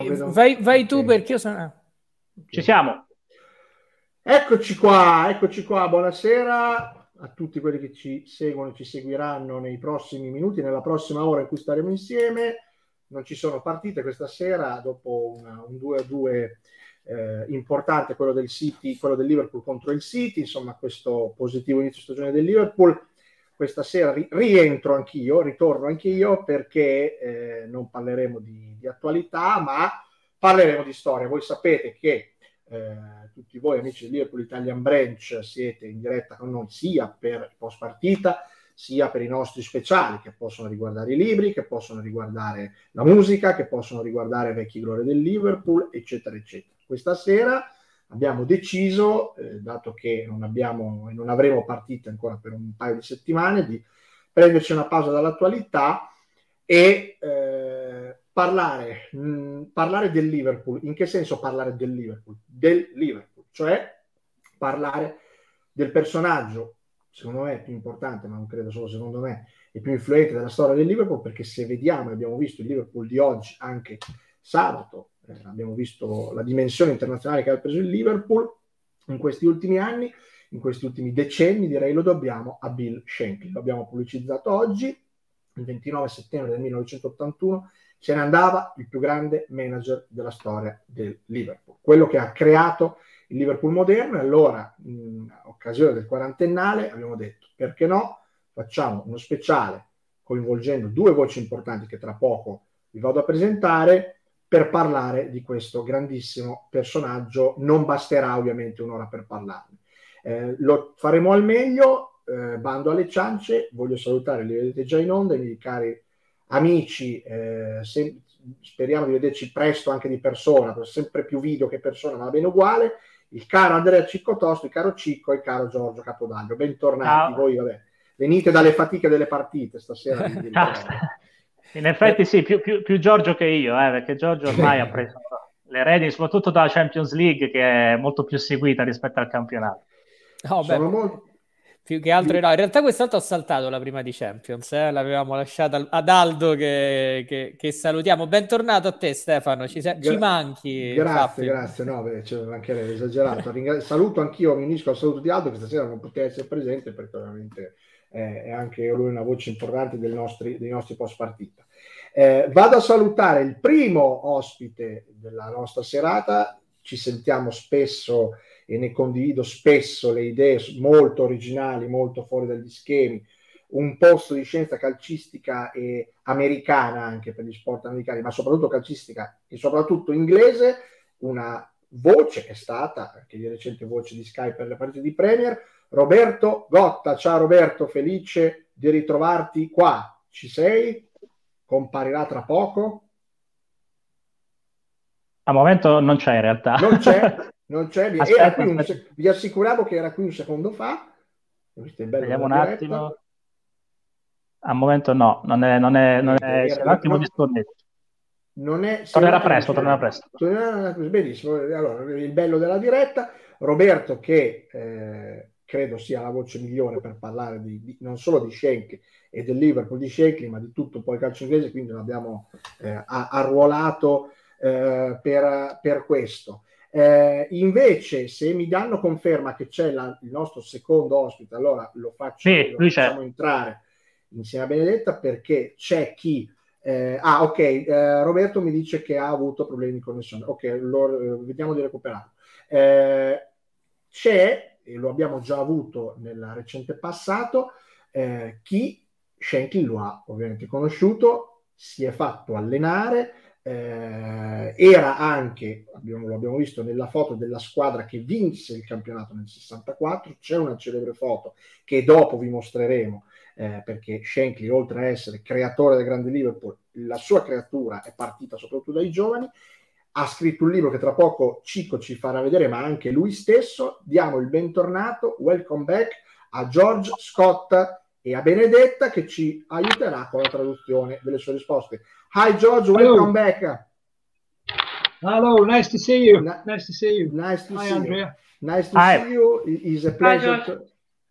vai tu, perché io sono... Ci siamo. Eccoci qua, buonasera a tutti quelli che ci seguono e ci seguiranno nei prossimi minuti, nella prossima ora in cui staremo insieme. Non ci sono partite questa sera, dopo un 2-2 importante, quello del City, quello del Liverpool contro il City, insomma questo positivo inizio stagione del Liverpool. Questa sera ritorno anch'io perché non parleremo di attualità, ma parleremo di storia. Voi sapete che tutti voi amici del Liverpool Italian Branch siete in diretta con noi sia per post partita sia per i nostri speciali che possono riguardare i libri, che possono riguardare la musica, che possono riguardare vecchie glorie del Liverpool, eccetera eccetera. Questa sera abbiamo deciso, dato che non avremo partite ancora per un paio di settimane, di prenderci una pausa dall'attualità e parlare del Liverpool. In che senso parlare del Liverpool? Del Liverpool, cioè parlare del personaggio, secondo me più importante, ma non credo solo secondo me, e più influente della storia del Liverpool, perché se vediamo, abbiamo visto il Liverpool di oggi anche sabato, abbiamo visto la dimensione internazionale che ha preso il Liverpool in questi ultimi anni, in questi ultimi decenni, direi lo dobbiamo a Bill Shankly. Lo abbiamo pubblicizzato oggi, il 29 settembre del 1981, se ne andava il più grande manager della storia del Liverpool, quello che ha creato il Liverpool moderno. E allora, in occasione del quarantennale, abbiamo detto, perché no, facciamo uno speciale coinvolgendo due voci importanti che tra poco vi vado a presentare per parlare di questo grandissimo personaggio. Non basterà ovviamente un'ora per parlarne. Lo faremo al meglio, bando alle ciance. Voglio salutare, li vedete già in onda, i miei cari amici, speriamo di vederci presto anche di persona, sempre più video che persona, ma va bene uguale. Il caro Andrea Ciccotosto, il caro Cicco e il caro Giorgio Capodanno. Bentornati. Voi, vabbè, venite dalle fatiche delle partite stasera. In effetti sì, più Giorgio che io, perché Giorgio ormai ha preso le redini, soprattutto dalla Champions League, che è molto più seguita rispetto al campionato. Più che altro no, in realtà quest'altro ho saltato la prima di Champions, l'avevamo lasciata ad Aldo che salutiamo. Bentornato a te Stefano, ci manchi. Grazie, no, anche esagerato. Saluto anch'io, mi unisco al saluto di Aldo, che stasera non poteva essere presente perché ovviamente è anche lui una voce importante dei nostri post partita. Vado a salutare il primo ospite della nostra serata. Ci sentiamo spesso e ne condivido spesso le idee molto originali, molto fuori dagli schemi, un posto di scienza calcistica e americana anche per gli sport americani, ma soprattutto calcistica e soprattutto inglese, una voce che è stata anche di recente voce di Sky per le partite di Premier, Roberto Gotta. Ciao Roberto, felice di ritrovarti qua. Ci sei? Comparirà tra poco? Al momento non c'è in realtà. Non c'è. Vi assicuravo che era qui un secondo fa. Vediamo un attimo. Al momento no, non è un attimo disconnesso. Tornerà presto. Benissimo. Allora, il bello della diretta, Roberto, che credo sia la voce migliore per parlare non solo di Shankly e del Liverpool di Shankly, ma di tutto poi il calcio inglese, quindi l'abbiamo arruolato per questo. Invece, se mi danno conferma che c'è il nostro secondo ospite, allora lo facciamo entrare insieme a Benedetta, perché c'è chi Roberto mi dice che ha avuto problemi di connessione. Vediamo di recuperarlo. C'è, e lo abbiamo già avuto nel recente passato, chi Shankly lo ha ovviamente conosciuto, si è fatto allenare, era anche, lo abbiamo visto nella foto della squadra che vinse il campionato nel 64. C'è una celebre foto che dopo vi mostreremo, perché Shankly, oltre a essere creatore del grande Liverpool, la sua creatura è partita soprattutto dai giovani. Ha scritto un libro che tra poco Cicco ci farà vedere, ma anche lui stesso. Diamo il bentornato, welcome back, a George Scott e a Benedetta, che ci aiuterà con la traduzione delle sue risposte. Hi George, welcome back. Hello, nice to see you. Nice to see you. Andrea. Nice to see you. It's a pleasure.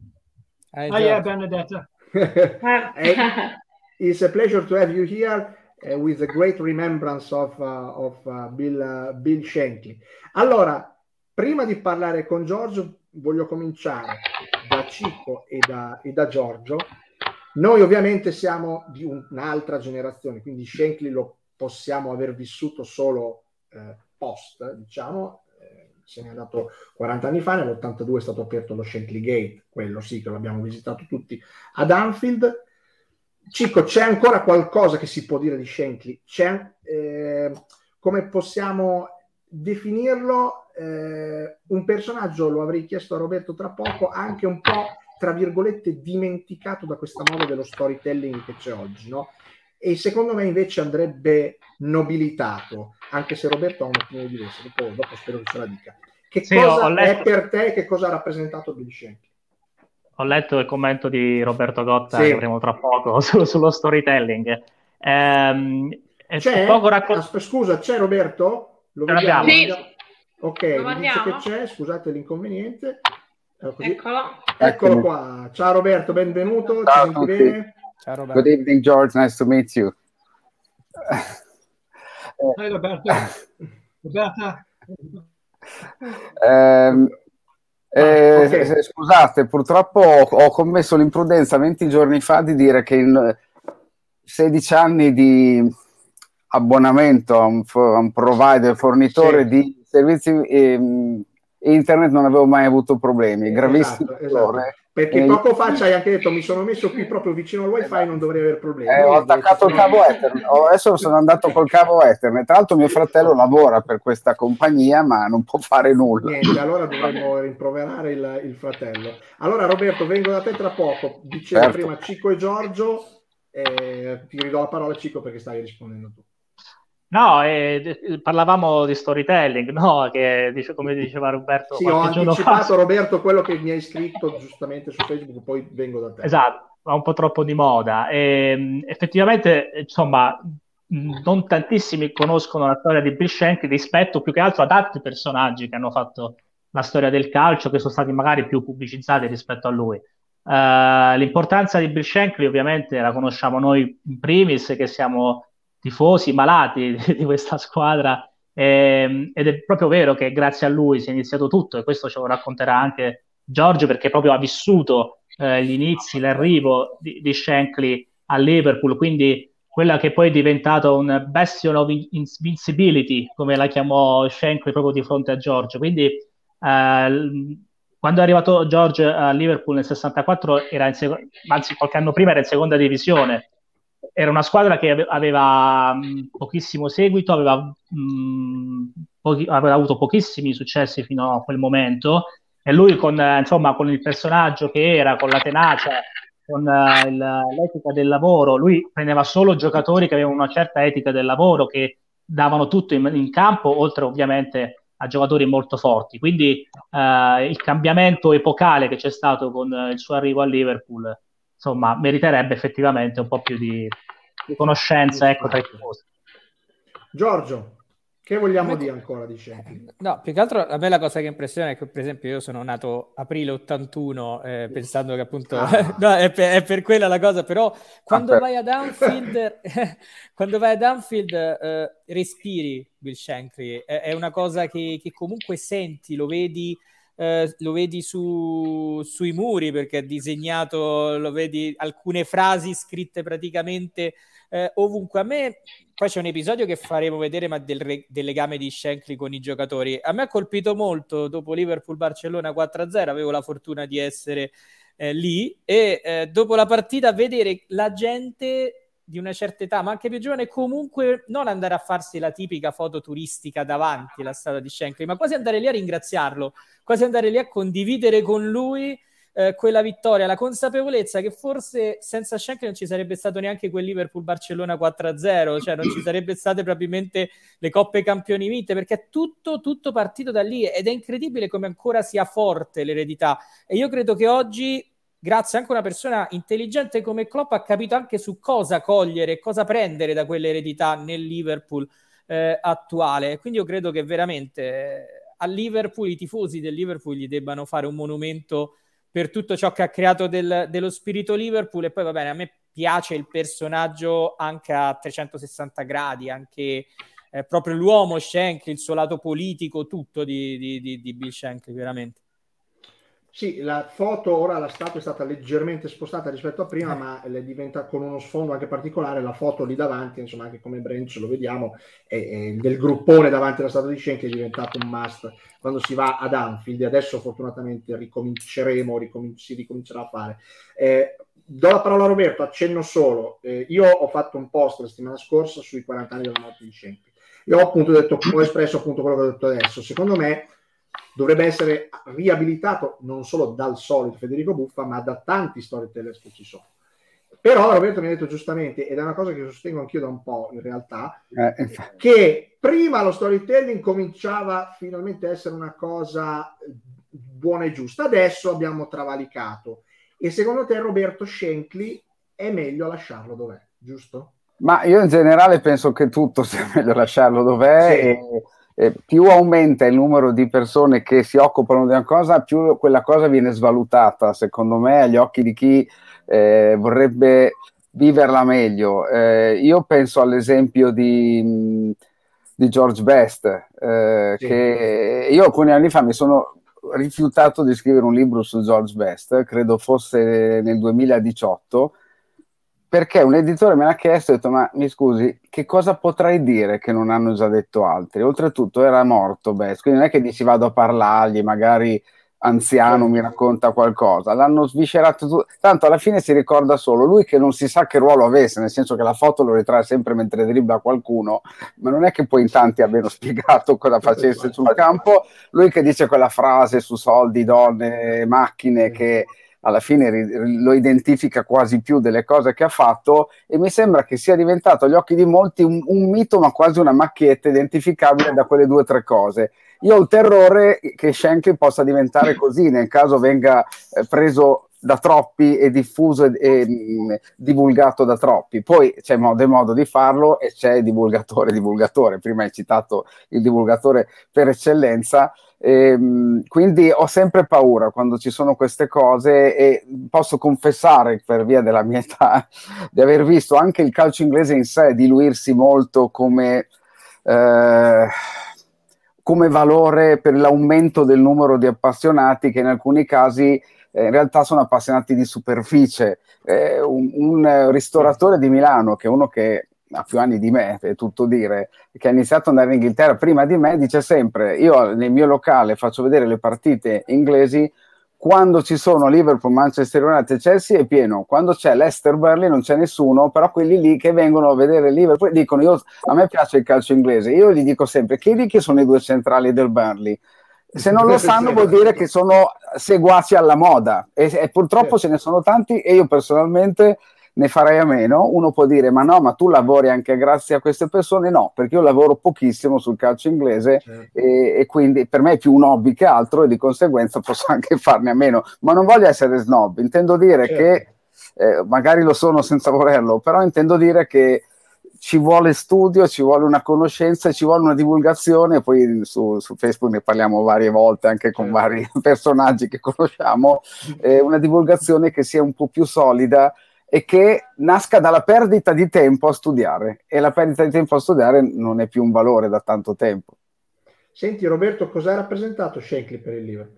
Hi, Benedetta. It's a pleasure to have you here. with a great remembrance of Bill Shankly. Allora, prima di parlare con Giorgio, voglio cominciare da Cicco e da Giorgio. Noi ovviamente siamo di un'altra generazione, quindi Shankly lo possiamo aver vissuto solo post, diciamo, se ne è andato 40 anni fa, nell'82 è stato aperto lo Shankly Gate, quello sì che l'abbiamo visitato tutti ad Anfield. Cicco, c'è ancora qualcosa che si può dire di Shankly? Come possiamo definirlo? Un personaggio, lo avrei chiesto a Roberto tra poco, anche un po' tra virgolette dimenticato da questa moda dello storytelling che c'è oggi, no? E secondo me invece andrebbe nobilitato, anche se Roberto ha un'opinione diversa, dopo spero che ce la dica. Che cosa è per te, che cosa ha rappresentato Bill Shankly? Ho letto il commento di Roberto Gotta, che avremo tra poco, sullo storytelling. Scusa, c'è Roberto? Lo vediamo? Sì. Ok, mi dice che c'è, scusate l'inconveniente. Così. Eccolo qua. Ciao Roberto, benvenuto. Ciao Ci senti bene? Ciao Roberto. Good evening George, nice to meet you. Ciao Roberto. Okay. Scusate, purtroppo ho commesso l'imprudenza 20 giorni fa di dire che in 16 anni di abbonamento a un provider, fornitore di servizi internet, non avevo mai avuto problemi. Gravissimo. Esatto. Perché poco fa ci hai anche detto mi sono messo qui proprio vicino al wifi, non dovrei avere problemi. Ho attaccato il cavo Ethernet, adesso sono andato col cavo Ethernet. Tra l'altro mio fratello lavora per questa compagnia ma non può fare nulla. Niente, allora dovremmo rimproverare il fratello. Allora Roberto, vengo da te tra poco. Dicevo prima Cicco e Giorgio, ti ridò la parola Cicco perché stai rispondendo tu. No, parlavamo di storytelling, no? Che come diceva Roberto. Sì, ho anticipato Roberto quello che mi hai scritto giustamente su Facebook, poi vengo da te. Esatto, va un po' troppo di moda. Effettivamente, insomma, non tantissimi conoscono la storia di Bill Shankly rispetto più che altro ad altri personaggi che hanno fatto la storia del calcio, che sono stati magari più pubblicizzati rispetto a lui. L'importanza di Bill Shankly ovviamente la conosciamo noi in primis, che siamo tifosi malati di questa squadra, ed è proprio vero che grazie a lui si è iniziato tutto, e questo ce lo racconterà anche Giorgio, perché proprio ha vissuto gli inizi, l'arrivo di Shankly a Liverpool, quindi quella che poi è diventata un bastion of invincibility, come la chiamò Shankly proprio di fronte a Giorgio. Quindi quando è arrivato George a Liverpool nel 64 era anzi qualche anno prima era in seconda divisione. Era una squadra che aveva pochissimo seguito, aveva avuto pochissimi successi fino a quel momento, e lui con il personaggio che era, con la tenacia, con l'etica del lavoro, lui prendeva solo giocatori che avevano una certa etica del lavoro, che davano tutto in campo, oltre ovviamente a giocatori molto forti. Quindi il cambiamento epocale che c'è stato con il suo arrivo a Liverpool, insomma, meriterebbe effettivamente un po' più di conoscenza, ecco, tra i tifosi. Giorgio, che vogliamo dire ancora di Shankly? No, più che altro a me la cosa che impressiona è che, per esempio, io sono nato aprile 81, pensando che appunto no, è per quella la cosa, però quando vai ad Anfield respiri Bill Shankly, è una cosa che comunque senti, lo vedi sui muri, perché è disegnato, lo vedi, alcune frasi scritte praticamente ovunque. A me poi c'è un episodio che faremo vedere, ma del legame di Shankly con i giocatori. A me ha colpito molto dopo Liverpool-Barcellona 4-0, avevo la fortuna di essere lì, e dopo la partita vedere la gente di una certa età, ma anche più giovane, comunque non andare a farsi la tipica foto turistica davanti alla statua di Shankly, ma quasi andare lì a ringraziarlo, quasi andare lì a condividere con lui quella vittoria, la consapevolezza che forse senza Shankly non ci sarebbe stato neanche quel Liverpool-Barcellona 4-0, cioè non ci sarebbe state probabilmente le Coppe Campioni vinte, perché è tutto partito da lì, ed è incredibile come ancora sia forte l'eredità. E io credo che oggi, grazie anche a una persona intelligente come Klopp, ha capito anche su cosa cogliere, cosa prendere da quell'eredità nel Liverpool attuale. Quindi io credo che veramente a Liverpool, i tifosi del Liverpool gli debbano fare un monumento per tutto ciò che ha creato dello spirito Liverpool. E poi va bene, a me piace il personaggio anche a 360 gradi, anche proprio l'uomo Shankly, il suo lato politico, tutto di Bill Shankly, veramente. Sì, la foto, ora la statua è stata leggermente spostata rispetto a prima, ma diventa con uno sfondo anche particolare. La foto lì davanti, insomma, anche come branch lo vediamo, è del gruppone davanti alla statua di Shankly, è diventato un must quando si va ad Anfield, e adesso fortunatamente si ricomincerà a fare. Do la parola a Roberto, accenno solo. Io ho fatto un post la settimana scorsa sui 40 anni della morte di Shankly. Io ho espresso appunto quello che ho detto adesso. Secondo me dovrebbe essere riabilitato non solo dal solito Federico Buffa, ma da tanti storytellers che ci sono. Però Roberto mi ha detto giustamente, ed è una cosa che sostengo anch'io da un po' in realtà, che prima lo storytelling cominciava finalmente a essere una cosa buona e giusta, adesso abbiamo travalicato. E secondo te, Roberto, Shankly è meglio lasciarlo dov'è, giusto? Ma io in generale penso che tutto sia meglio lasciarlo dov'è, sì. E più aumenta il numero di persone che si occupano di una cosa, più quella cosa viene svalutata, secondo me, agli occhi di chi vorrebbe viverla meglio. Io penso all'esempio di George Best, Sì. che io alcuni anni fa mi sono rifiutato di scrivere un libro su George Best, credo fosse nel 2018, perché un editore me l'ha chiesto e ho detto: ma mi scusi, che cosa potrei dire che non hanno già detto altri? Oltretutto era morto Best, quindi non è che dici vado a parlargli, magari anziano mi racconta qualcosa, l'hanno sviscerato tutto, tanto alla fine si ricorda solo lui, che non si sa che ruolo avesse, nel senso che la foto lo ritrae sempre mentre dribbla qualcuno, ma non è che poi in tanti abbiano spiegato cosa facesse sul campo, lui che dice quella frase su soldi, donne, macchine, che alla fine lo identifica quasi più delle cose che ha fatto, e mi sembra che sia diventato agli occhi di molti un mito, ma quasi una macchietta identificabile da quelle 2 o 3 cose. Io ho il terrore che Shankly possa diventare così nel caso venga preso da troppi e diffuso e divulgato da troppi. Poi c'è modo e modo di farlo, e c'è divulgatore. Prima hai citato il divulgatore per eccellenza. Quindi ho sempre paura quando ci sono queste cose, e posso confessare, per via della mia età, di aver visto anche il calcio inglese in sé diluirsi molto come valore per l'aumento del numero di appassionati, che in alcuni casi in realtà sono appassionati di superficie. Un ristoratore di Milano, che è uno che ha più anni di me, è tutto dire, che ha iniziato ad andare in Inghilterra prima di me, dice sempre: io nel mio locale faccio vedere le partite inglesi quando ci sono Liverpool, Manchester United, Chelsea è pieno, quando c'è Leicester, Burnley non c'è nessuno, però quelli lì che vengono a vedere Liverpool dicono: a me piace il calcio inglese. Io gli dico sempre: chiedi chi sono i 2 centrali del Burnley. Se non lo sanno vuol dire che sono seguaci alla moda, e purtroppo ce ne sono tanti, e io personalmente ne farei a meno. Uno può dire: ma no, ma tu lavori anche grazie a queste persone? No, perché io lavoro pochissimo sul calcio inglese, e quindi per me è più un hobby che altro, e di conseguenza posso anche farne a meno, ma non voglio essere snob, intendo dire che magari lo sono senza volerlo, però intendo dire che ci vuole studio, ci vuole una conoscenza, ci vuole una divulgazione. Poi su Facebook ne parliamo varie volte anche con vari personaggi che conosciamo, una divulgazione che sia un po' più solida e che nasca dalla perdita di tempo a studiare, e la perdita di tempo a studiare non è più un valore da tanto tempo. Senti Roberto, cosa ha rappresentato Shankly per il Liverpool?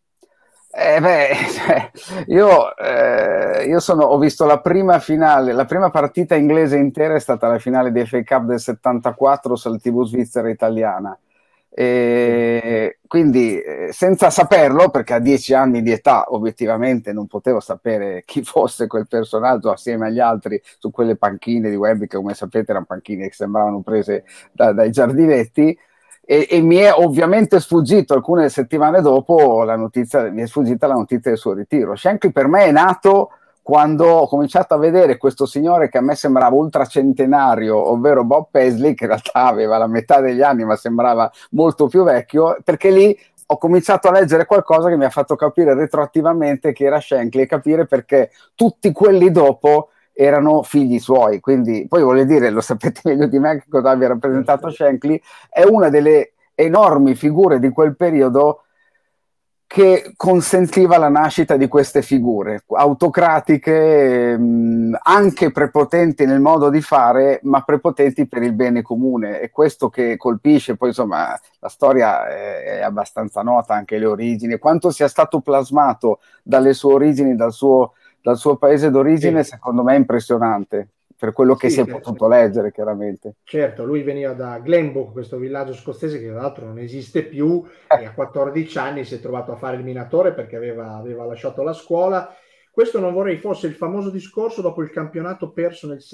Io ho visto la prima finale, la prima partita inglese intera è stata la finale di FA Cup del 74 sulla TV svizzera italiana, e quindi senza saperlo, perché a 10 anni di età obiettivamente non potevo sapere chi fosse quel personaggio assieme agli altri su quelle panchine di Wembley, che come sapete erano panchine che sembravano prese dai giardinetti. E mi è ovviamente sfuggito alcune settimane dopo mi è sfuggita la notizia del suo ritiro. Shankly per me è nato quando ho cominciato a vedere questo signore che a me sembrava ultracentenario, ovvero Bob Paisley, che in realtà aveva la metà degli anni ma sembrava molto più vecchio, perché lì ho cominciato a leggere qualcosa che mi ha fatto capire retroattivamente che era Shankly, e capire perché tutti quelli dopo erano figli suoi. Quindi poi voglio dire, lo sapete meglio di me che cosa abbia rappresentato Shankly, è una delle enormi figure di quel periodo che consentiva la nascita di queste figure autocratiche, anche prepotenti nel modo di fare, ma prepotenti per il bene comune. È questo che colpisce. Poi insomma la storia è abbastanza nota, anche le origini, quanto sia stato plasmato dalle sue origini, dal suo paese d'origine, secondo me è impressionante, per quello che si è potuto leggere, chiaramente. Certo, lui veniva da Glenbook, questo villaggio scozzese che tra l'altro non esiste più, e a 14 anni si è trovato a fare il minatore perché aveva lasciato la scuola. Questo non vorrei fosse il famoso discorso dopo il campionato perso nel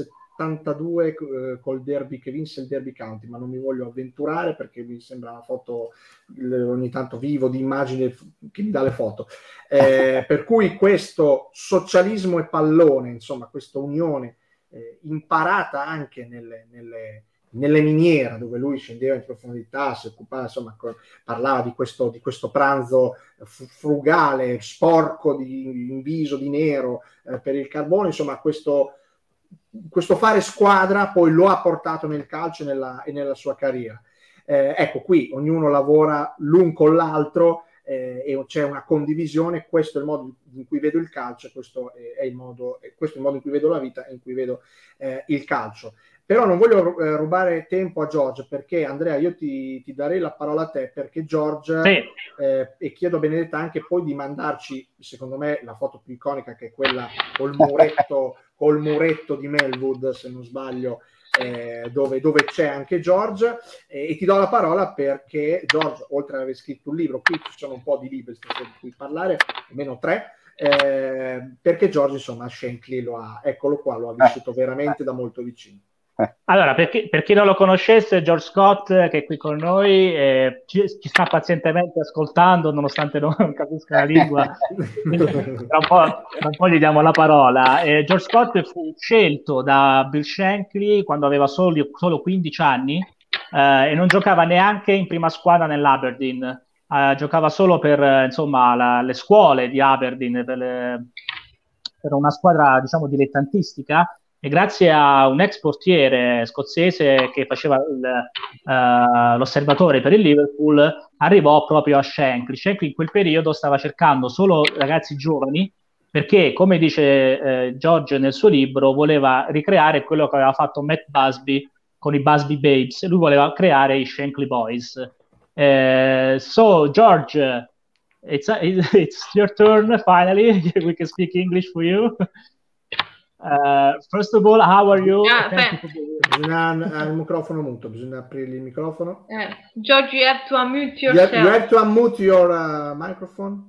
72 col derby, che vinse il Derby County, ma non mi voglio avventurare perché mi sembra una foto ogni tanto vivo di immagine che mi dà le foto. Per cui questo socialismo e pallone, insomma, questa unione imparata anche nelle miniere, dove lui scendeva in profondità, si occupava, insomma, parlava di questo pranzo frugale, sporco, in viso di nero per il carbone. Insomma, questo fare squadra poi lo ha portato nel calcio e nella sua carriera. Ecco, qui ognuno lavora l'un con l'altro, e c'è una condivisione. Questo è il modo in cui vedo il calcio, questo è il modo in cui vedo la vita e in cui vedo il calcio. Però non voglio rubare tempo a George, perché Andrea, io ti darei la parola a te, perché George e chiedo a Benedetta anche poi di mandarci, secondo me, la foto più iconica, che è quella col muretto di Melwood, se non sbaglio, dove c'è anche George, e ti do la parola perché George, oltre ad aver scritto un libro, qui ci sono un po' di libri di cui parlare, almeno 3, perché George, insomma, Shankly lo ha vissuto veramente da molto vicino. Allora, per chi non lo conoscesse, George Scott, che è qui con noi, ci sta pazientemente ascoltando, nonostante non capisca la lingua. Tra un po' gli diamo la parola. George Scott fu scelto da Bill Shankly quando aveva solo 15 anni, e non giocava neanche in prima squadra nell'Aberdeen. Giocava solo per insomma le scuole di Aberdeen, per una squadra, diciamo, dilettantistica. E grazie a un ex portiere scozzese che faceva l'osservatore per il Liverpool, arrivò proprio a Shankly. Shankly in quel periodo stava cercando solo ragazzi giovani, perché, come dice George nel suo libro, voleva ricreare quello che aveva fatto Matt Busby con i Busby Babes. Lui voleva creare i Shankly Boys. So George, it's your turn finally. We can speak English for you. First of all, how are you? Bisogna il microfono muto, bisogna aprire il microfono. George, you have to unmute yourself. You have to unmute your microphone.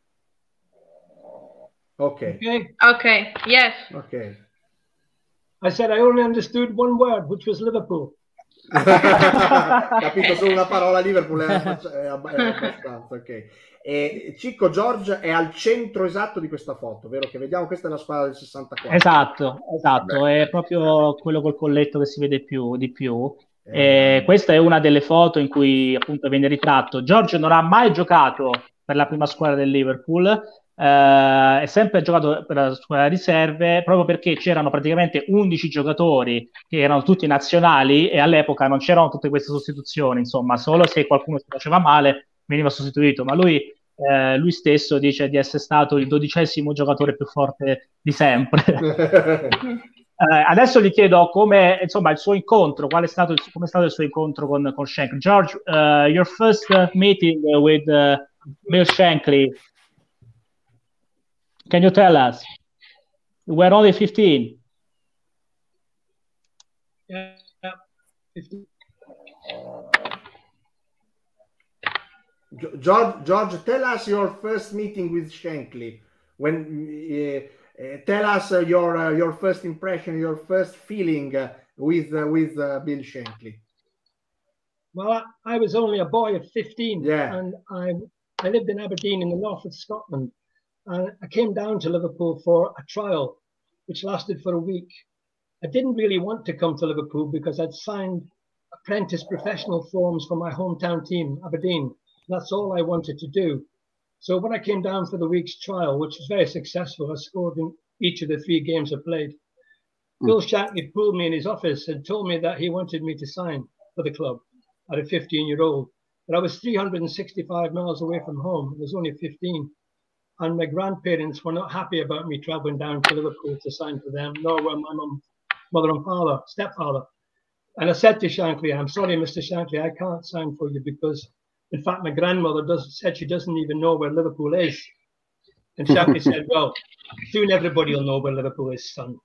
Okay. Yes. Okay. I said I only understood one word, which was Liverpool. Capito solo una parola, Liverpool è abbastanza, ok. E Cicco, George è al centro esatto di questa foto, vero? Che vediamo, questa è la squadra del 64. Esatto, è proprio quello col colletto che si vede di più. Questa è una delle foto in cui appunto viene ritratto. George non ha mai giocato per la prima squadra del Liverpool, è sempre giocato per la squadra riserve, proprio perché c'erano praticamente 11 giocatori che erano tutti nazionali, e all'epoca non c'erano tutte queste sostituzioni, insomma, solo se qualcuno si faceva male veniva sostituito, ma lui stesso dice di essere stato il 12° giocatore più forte di sempre. Adesso gli chiedo come, insomma, il suo incontro, come è stato il suo incontro con Shankly. George, your first meeting with Bill Shankly, can you tell us? You were only 15. Yeah, 15. George, tell us your first meeting with Shankly. Tell us your first impression, your first feeling with Bill Shankly. Well, I was only a boy of 15, yeah. And I lived in Aberdeen in the north of Scotland. And I came down to Liverpool for a trial, which lasted for a week. I didn't really want to come to Liverpool because I'd signed apprentice professional forms for my hometown team, Aberdeen. That's all I wanted to do. So when I came down for the week's trial, which was very successful, I scored in each of the 3 games I played. Bill Shankly pulled me in his office and told me that he wanted me to sign for the club at a 15-year-old. But I was 365 miles away from home. I was only 15. And my grandparents were not happy about me traveling down to Liverpool to sign for them, nor were my mother and father, stepfather. And I said to Shankly, I'm sorry, Mr. Shankly, I can't sign for you because, in fact, my grandmother said she doesn't even know where Liverpool is. And Shankly said, well, soon everybody will know where Liverpool is, son.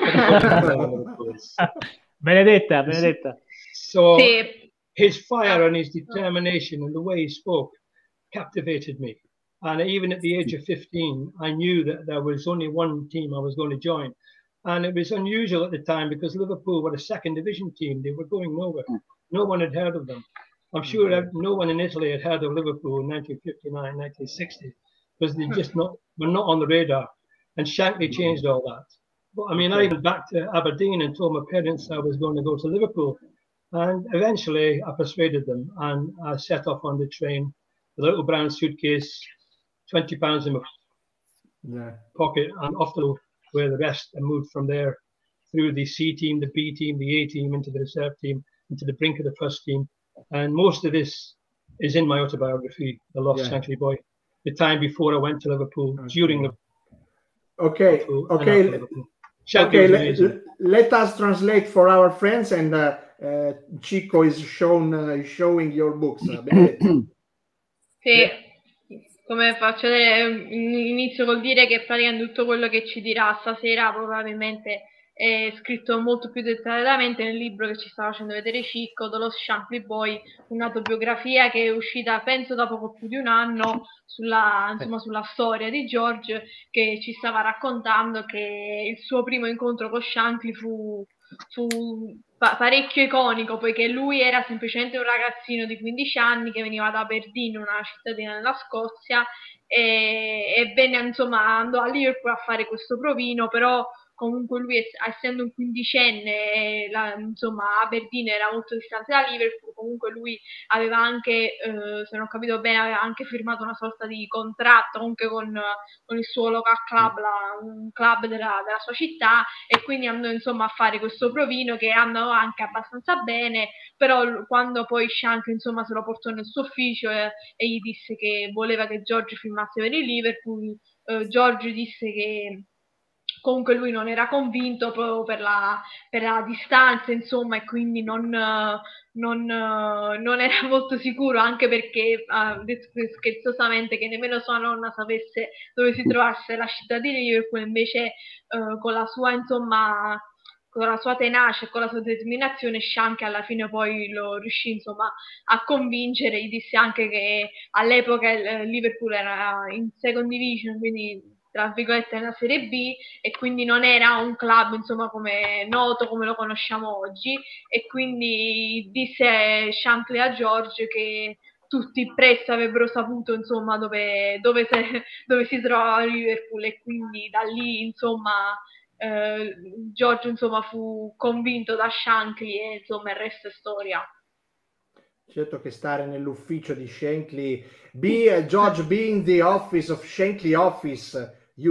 Benedetta. So his fire and his determination and the way he spoke captivated me. And even at the age of 15, I knew that there was only one team I was going to join. And it was unusual at the time because Liverpool were a second division team. They were going nowhere. No one had heard of them. I'm sure no one in Italy had heard of Liverpool in 1959, 1960, because they just were not on the radar. And Shankly changed all that. But I mean, I went back to Aberdeen and told my parents I was going to go to Liverpool. And eventually I persuaded them and I set off on the train with a little brown suitcase, 20 pounds in my pocket, and off to where the rest, and moved from there through the C team, the B team, the A team, into the reserve team, into the brink of the first team. And most of this is in my autobiography, The Lost Shankly Boy, the time before I went to Liverpool, during Liverpool. Let us translate for our friends, and Chico is showing your books. Sì. Come faccio vedere, inizio col dire che praticamente tutto quello che ci dirà stasera probabilmente è scritto molto più dettagliatamente nel libro che ci sta facendo vedere Cicco, The Lost Shankly Boy, un'autobiografia che è uscita penso da poco più di un anno sulla storia di George, che ci stava raccontando che il suo primo incontro con Shankly fu parecchio iconico, poiché lui era semplicemente un ragazzino di 15 anni che veniva da Aberdeen, una cittadina della Scozia, e venne, insomma, andò a Liverpool a fare questo provino, però comunque lui, essendo un quindicenne, insomma, Aberdeen era molto distante da Liverpool, comunque lui aveva anche, se non ho capito bene, aveva anche firmato una sorta di contratto comunque con il suo local club, un club della sua città, e quindi andò, insomma, a fare questo provino che andò anche abbastanza bene, però quando poi Shankly, insomma, se lo portò nel suo ufficio e gli disse che voleva che George firmasse per il Liverpool, George disse che comunque lui non era convinto proprio per la distanza, insomma, e quindi non era molto sicuro, anche perché ha detto scherzosamente che nemmeno sua nonna sapesse dove si trovasse la città di Liverpool. Invece con la sua, insomma, con la sua tenacia e con la sua determinazione, Shankly alla fine poi lo riuscì, insomma, a convincere. Gli disse anche che all'epoca il Liverpool era in second division, quindi tra virgolette nella Serie B, e quindi non era un club, insomma, come noto come lo conosciamo oggi, e quindi disse Shankly a George che tutti presto avrebbero saputo, insomma, dove si trovava Liverpool, e quindi da lì, insomma, George, insomma, fu convinto da Shankly, e insomma il resto è storia. Certo che stare nell'ufficio di Shankly, George being the office of Shankly office,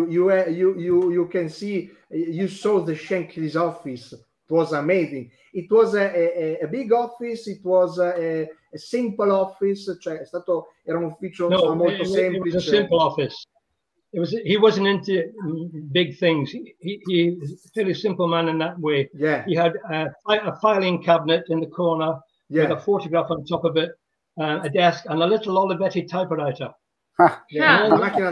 you can see, you saw the Shankly's office. It was amazing. It was a big office. It was a simple office. Cioè era un ufficio molto semplice. It was a simple office. He wasn't into big things. He was a fairly simple man in that way. Yeah. He had a filing cabinet in the corner with a photograph on top of it, a desk, and a little Olivetti typewriter. And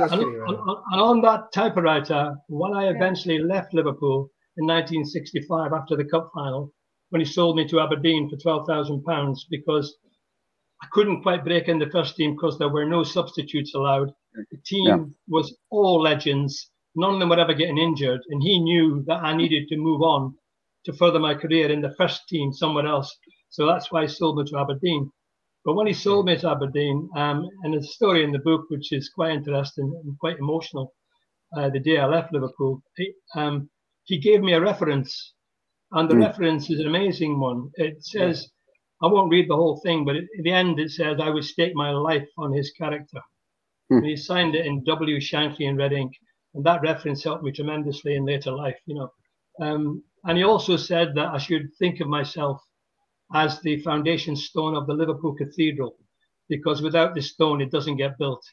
on that typewriter, when I eventually left Liverpool in 1965 after the cup final, when he sold me to Aberdeen for £12,000, because I couldn't quite break in the first team because there were no substitutes allowed. The team was all legends. None of them were ever getting injured, and he knew that I needed to move on to further my career in the first team somewhere else. So that's why he sold me to Aberdeen. But when he sold me to Aberdeen, and there's a story in the book which is quite interesting and quite emotional, the day I left Liverpool, he gave me a reference, and the reference is an amazing one. It says, I won't read the whole thing, but at the end it says, I would stake my life on his character. And he signed it in W. Shankly in red ink, and that reference helped me tremendously in later life, you know. And he also said that I should think of myself as the foundation stone of the Liverpool Cathedral. because without the stone, it doesn't get built.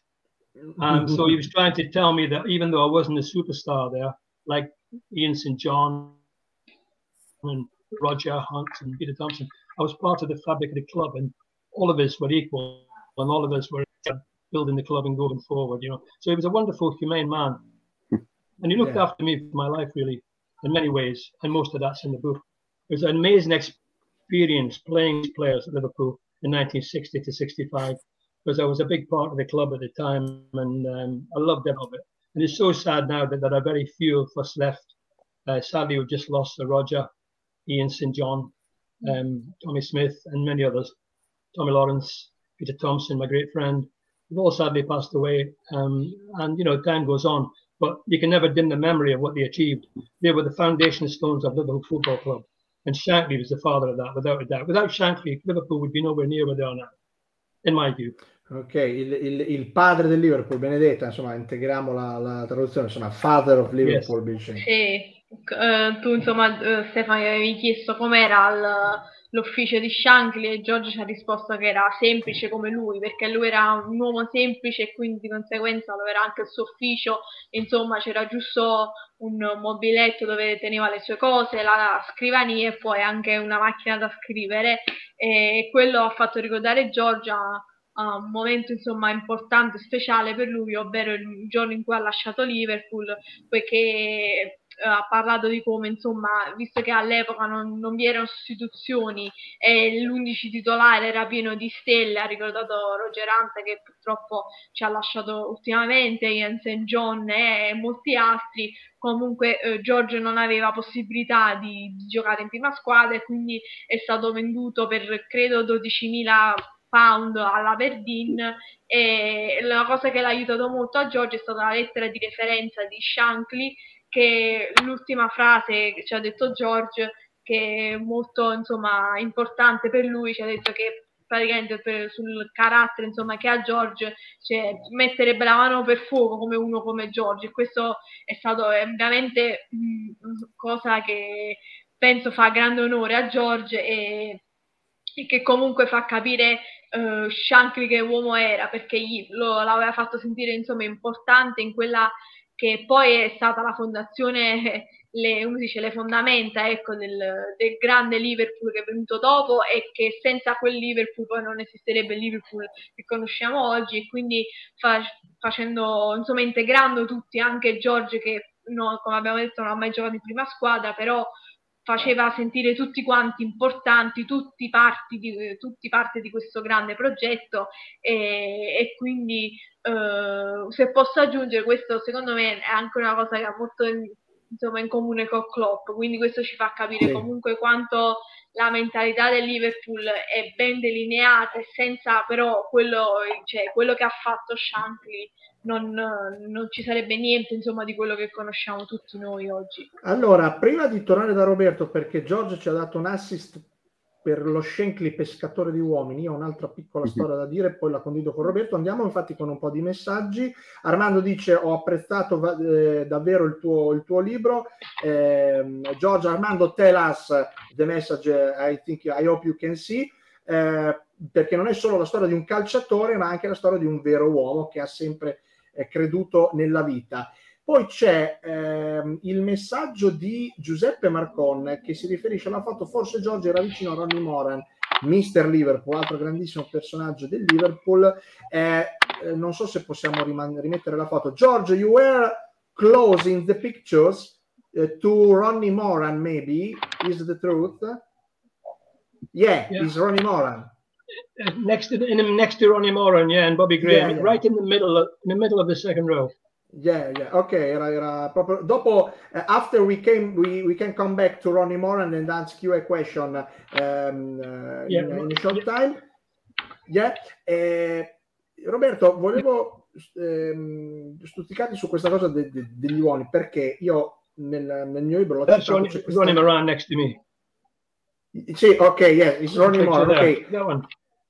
So he was trying to tell me that even though I wasn't a superstar there, like Ian St. John and Roger Hunt and Peter Thompson, I was part of the fabric of the club, and all of us were equal, and all of us were building the club and going forward, you know. So he was a wonderful, humane man, and he looked after me for my life, really, in many ways, and most of that's in the book. It was an amazing experience playing players at Liverpool in 1960 to 65, because I was a big part of the club at the time, and I loved every of it. And it's so sad now that there are very few of us left. Sadly, we just lost Roger, Ian St. John, Tommy Smith, and many others. Tommy Lawrence, Peter Thompson, my great friend. They've all sadly passed away. And, you know, time goes on. But you can never dim the memory of what they achieved. They were the foundation stones of Liverpool Football Club. And Shankly was the father of that, without a doubt. Without Shankly, Liverpool would be nowhere near where they are now, in my view. Ok, il padre del Liverpool, Benedetta, insomma, integriamo la traduzione, insomma, father of Liverpool, Bill Shankly. Sì, tu insomma Stefano avevi chiesto com'era l'ufficio di Shankly e George ci ha risposto che era semplice come lui, perché lui era un uomo semplice e quindi di conseguenza lo era anche il suo ufficio, insomma c'era giusto un mobiletto dove teneva le sue cose, la scrivania e poi anche una macchina da scrivere, e quello ha fatto ricordare George a un momento insomma importante, speciale per lui, ovvero il giorno in cui ha lasciato Liverpool, poiché ha parlato di come insomma, visto che all'epoca non vi erano sostituzioni e l'11 titolare era pieno di stelle, ha ricordato Roger Hunt che purtroppo ci ha lasciato ultimamente, Ian St. John e molti altri. Comunque George non aveva possibilità di giocare in prima squadra e quindi è stato venduto per credo 12.000 pound all'Aberdeen, e la cosa che l'ha aiutato molto a George è stata la lettera di referenza di Shankly, che l'ultima frase che ci ha detto George, che è molto insomma importante per lui, ci ha detto che praticamente sul carattere insomma che ha George, cioè, metterebbe la mano per fuoco come uno come George, e questo è stato veramente cosa che penso fa grande onore a George e che comunque fa capire Shankly che uomo era, perché l'aveva fatto sentire insomma importante in quella che poi è stata la fondazione, le fondamenta ecco, del grande Liverpool che è venuto dopo, e che senza quel Liverpool poi non esisterebbe il Liverpool che conosciamo oggi, e quindi facendo insomma integrando tutti, anche George che come abbiamo detto non ha mai giocato in prima squadra, però faceva sentire tutti quanti importanti, tutti parte di questo grande progetto, e quindi se posso aggiungere, questo secondo me è anche una cosa che ha molto insomma in comune con Klopp, quindi questo ci fa capire comunque quanto la mentalità del Liverpool è ben delineata, e senza però quello che ha fatto Shankly non ci sarebbe niente insomma di quello che conosciamo tutti noi oggi. Allora, prima di tornare da Roberto, perché George ci ha dato un assist per lo Shankly pescatore di uomini, io ho un'altra piccola storia da dire, poi la condivido con Roberto. Andiamo infatti con un po' di messaggi. Armando dice: ho apprezzato davvero il tuo libro. George, Armando, tell us the message I hope you can see, perché non è solo la storia di un calciatore, ma anche la storia di un vero uomo che ha sempre creduto nella vita. Poi c'è il messaggio di Giuseppe Marcon che si riferisce alla foto. Forse George era vicino a Ronnie Moran, Mr. Liverpool, altro grandissimo personaggio del Liverpool. Non so se possiamo rimettere la foto. George, you were close in the pictures to Ronnie Moran, maybe. Is the truth? Yeah. It's Ronnie Moran. Next to Ronnie Moran, and Bobby Graham, right in the middle of the second row. Yeah. Okay, era proprio dopo. After we can come back to Ronnie Moran and ask you a question in a short time. Yeah. Roberto, volevo stuzzicarti su questa cosa degli uomini, perché io nel mio libro That's Ronnie Moran next to me. Sì, ok, it's Ronnie Moran. Okay. That one.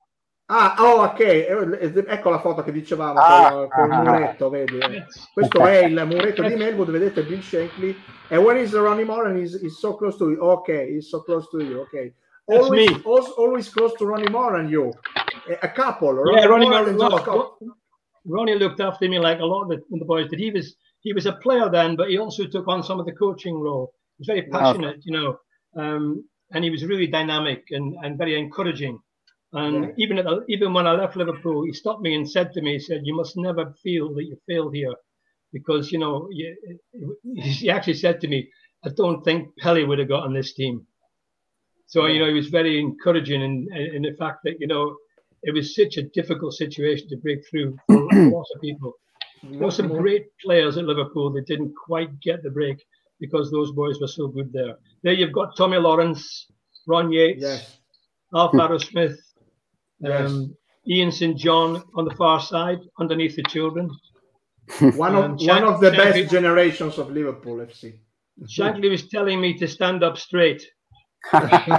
Ok, ecco la foto che dicevamo con il muretto, vedi? Questo è il muretto di Melwood, vedete Bill Shankly. And when is Ronnie Moran is so close to you? Ok, is so close to you, ok. always close to Ronnie Moran, you. A couple. Ronnie Moran. Ronnie looked after me like a lot of the boys did. He was a player then, but he also took on some of the coaching role. He was very passionate, and he was really dynamic and very encouraging. And even when I left Liverpool, he stopped me and said to me, he said, "You must never feel that you failed here." Because, he actually said to me, "I don't think Pelé would have got on this team." So, he was very encouraging in the fact that, it was such a difficult situation to break through for lots of people. There were some great players at Liverpool that didn't quite get the break because those boys were so good there. There you've got Tommy Lawrence, Ron Yates, Alf Arrowsmith, Ian St. John on the far side, underneath the children. One of the best generations of Liverpool FC. Shankly was telling me to stand up straight. Sta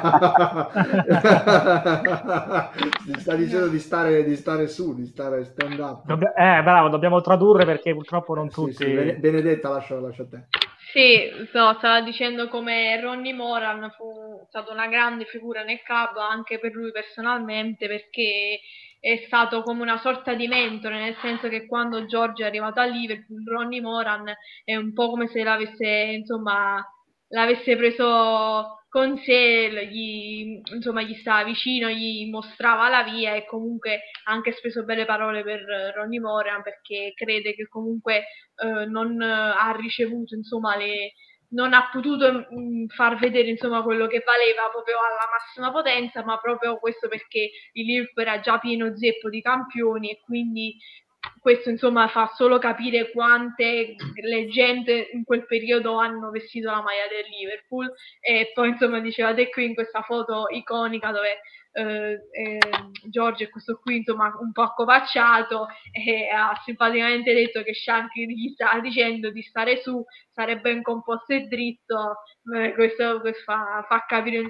dicendo di stare su, di stare stand up. Bravo, dobbiamo tradurre perché purtroppo non tutti. Sì, Benedetta, lascia a te. Sì, stava dicendo come Ronnie Moran fu stata una grande figura nel club anche per lui personalmente, perché è stato come una sorta di mentore, nel senso che quando George è arrivato a Liverpool, Ronnie Moran è un po' come se l'avesse preso con sé, gli stava vicino, gli mostrava la via e comunque ha anche speso belle parole per Ronnie Moran, perché crede che comunque non ha ricevuto, non ha potuto far vedere quello che valeva proprio alla massima potenza, ma proprio questo perché il Liverpool era già pieno zeppo di campioni e quindi questo fa solo capire quante leggende in quel periodo hanno vestito la maglia del Liverpool. E poi diceva te qui in questa foto iconica dove George è questo qui un po' accovacciato e ha simpaticamente detto che Shankly gli sta dicendo di stare su, stare ben composto e dritto. Questo fa capire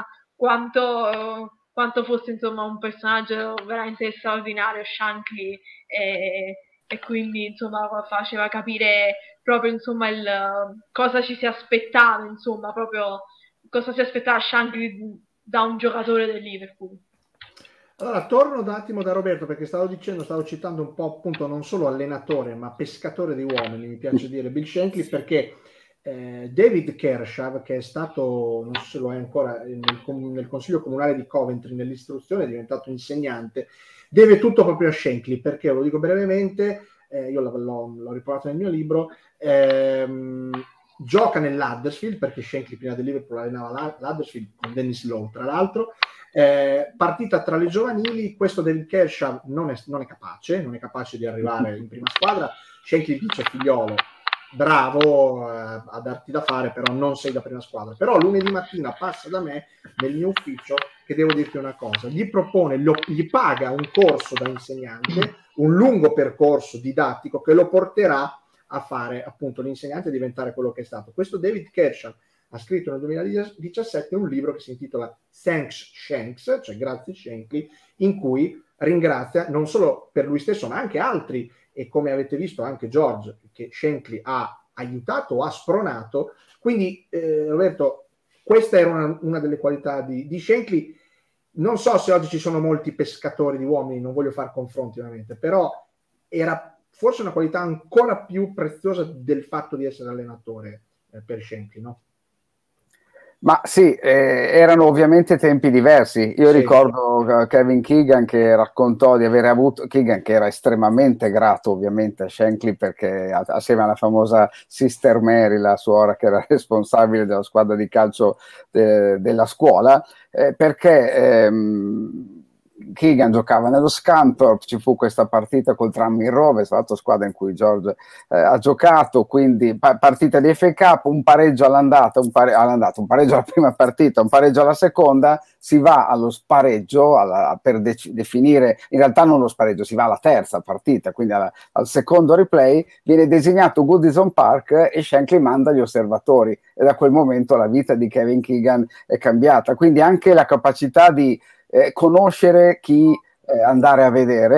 quanto fosse un personaggio veramente straordinario Shankly, e quindi faceva capire proprio cosa ci si aspettava, proprio cosa si aspettava Shankly da un giocatore del Liverpool. Allora torno un attimo da Roberto, perché stavo citando un po' appunto non solo allenatore ma pescatore di uomini, mi piace dire Bill Shankly, perché David Kershaw, che è stato, non so se lo è ancora, nel consiglio comunale di Coventry nell'istruzione, è diventato insegnante, deve tutto proprio a Shankly, perché lo dico brevemente, io l'ho riportato nel mio libro, gioca nell'Huddersfield, perché Shankly prima del Liverpool allenava l'Huddersfield con Dennis Lowe tra l'altro, partita tra le giovanili, questo David Kershaw non è capace di arrivare in prima squadra. Shankly dice: figliolo, bravo a darti da fare, però non sei da prima squadra. Però lunedì mattina passa da me nel mio ufficio, che devo dirti una cosa, gli paga un corso da insegnante, un lungo percorso didattico che lo porterà a fare appunto l'insegnante e diventare quello che è stato. Questo David Kershaw ha scritto nel 2017 un libro che si intitola Thanks Shanks, cioè grazie Shankly, in cui ringrazia non solo per lui stesso ma anche altri, e come avete visto anche George, che Shankly ha aiutato o ha spronato. Quindi Roberto, questa era una delle qualità di Shankly. Non so se oggi ci sono molti pescatori di uomini, non voglio fare confronti ovviamente, però era forse una qualità ancora più preziosa del fatto di essere allenatore per Shankly, no? Ma sì, erano ovviamente tempi diversi. Io ricordo Kevin Keegan che raccontò di aver avuto, Keegan che era estremamente grato ovviamente a Shankly, perché assieme alla famosa Sister Mary, la suora che era responsabile della squadra di calcio della scuola, perché Keegan giocava nello Scunthorpe, ci fu questa partita col Tranmere Rovers, l'altra squadra in cui George ha giocato, quindi partita di FA Cup, un pareggio all'andata, un pareggio alla prima partita, un pareggio alla seconda, si va allo spareggio per definire, in realtà non lo spareggio, si va alla terza partita, quindi al secondo replay, viene designato Goodison Park e Shankly manda gli osservatori, e da quel momento la vita di Kevin Keegan è cambiata, quindi anche la capacità di conoscere chi andare a vedere,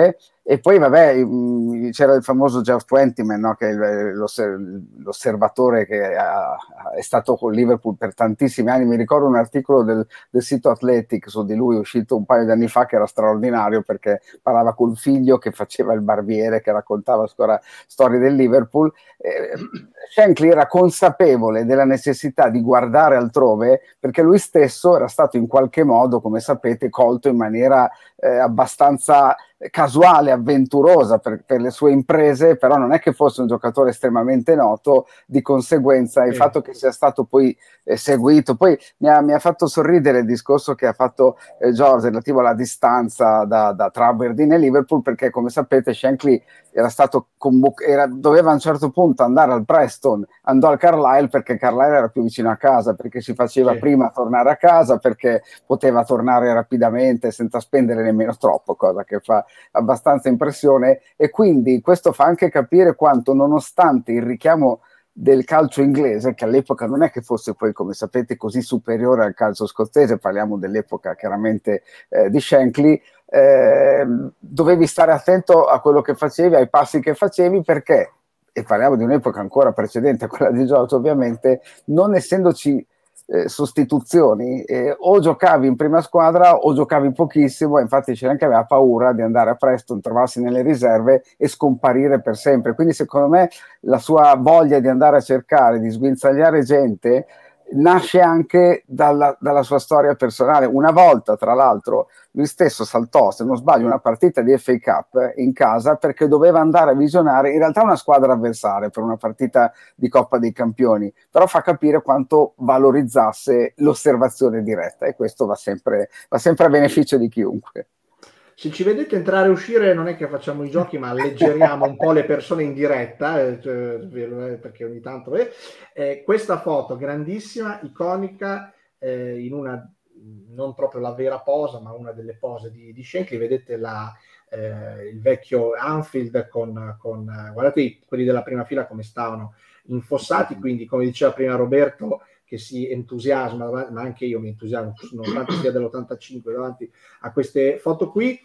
E poi, vabbè, c'era il famoso Geoff Twentyman, no? Che è l'osservatore che è stato con Liverpool per tantissimi anni. Mi ricordo un articolo del sito Athletic su di lui, uscito un paio di anni fa, che era straordinario, perché parlava col figlio che faceva il barbiere, che raccontava storie del Liverpool. Shankly era consapevole della necessità di guardare altrove, perché lui stesso era stato in qualche modo, come sapete, colto in maniera abbastanza casuale, avventurosa per le sue imprese, però non è che fosse un giocatore estremamente noto, di conseguenza il fatto che sia stato poi seguito. Poi mi ha fatto sorridere il discorso che ha fatto George relativo alla distanza tra Aberdeen e Liverpool, perché come sapete Shankly era stato doveva a un certo punto andare al Preston, andò al Carlisle perché Carlisle era più vicino a casa, perché si faceva prima tornare a casa, perché poteva tornare rapidamente senza spendere nemmeno troppo, cosa che fa abbastanza impressione. E quindi questo fa anche capire quanto, nonostante il richiamo del calcio inglese, che all'epoca non è che fosse poi, come sapete, così superiore al calcio scozzese, parliamo dell'epoca chiaramente di Shankly, dovevi stare attento a quello che facevi, ai passi che facevi, perché, e parliamo di un'epoca ancora precedente a quella di Giorgio ovviamente, non essendoci sostituzioni, o giocavi in prima squadra o giocavi pochissimo. Infatti Cirenka aveva paura di andare a Preston, trovarsi nelle riserve e scomparire per sempre. Quindi secondo me la sua voglia di andare a cercare, di sguinzagliare gente, nasce anche dalla sua storia personale. Una volta, tra l'altro, lui stesso saltò, se non sbaglio, una partita di FA Cup in casa perché doveva andare a visionare in realtà una squadra avversaria per una partita di Coppa dei Campioni, però fa capire quanto valorizzasse l'osservazione diretta, e questo va sempre a beneficio di chiunque. Se ci vedete entrare e uscire non è che facciamo i giochi, ma alleggeriamo un po' le persone in diretta, perché ogni tanto questa foto grandissima, iconica, in una, non proprio la vera posa, ma una delle pose di Shankly. Vedete il vecchio Anfield con guardate quelli della prima fila come stavano infossati, quindi come diceva prima Roberto, che si entusiasma, ma anche io mi entusiasmo, nonostante sia dell'85, davanti a queste foto qui.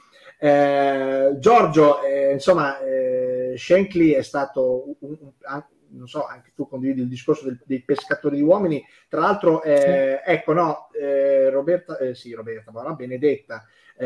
Giorgio, insomma, Shankly è stato non so, anche tu condividi il discorso dei pescatori di uomini. Tra l'altro, ecco, no, Roberta, buona Benedetta,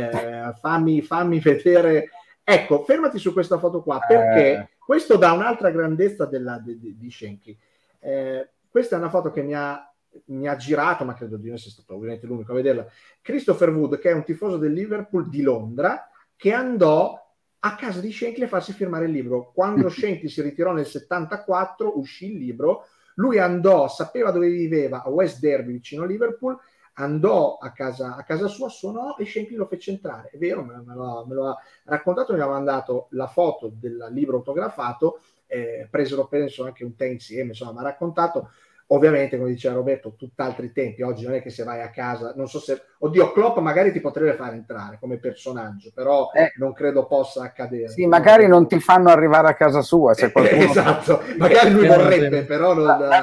fammi vedere. Ecco, fermati su questa foto qua, perché questo dà un'altra grandezza di Shankly. Questa è una foto che mi ha girato, ma credo di non essere stato ovviamente l'unico a vederla, Christopher Wood, che è un tifoso del Liverpool di Londra, che andò a casa di Shankly a farsi firmare il libro. Quando Shankly si ritirò nel 74, uscì il libro, lui andò, sapeva dove viveva, a West Derby, vicino a Liverpool, andò a casa sua, suonò e Shankly lo fece entrare. È vero, me lo ha raccontato, mi ha mandato la foto del libro autografato, presero penso anche un tè insieme, insomma, mi ha raccontato. Ovviamente, come diceva Roberto, tutt'altri tempi. Oggi non è che se vai a casa, non so se, oddio, Klopp magari ti potrebbe far entrare come personaggio, però non credo possa accadere. Sì, magari non ti fanno arrivare a casa sua, se qualcuno... Esatto, magari lui vorrebbe, però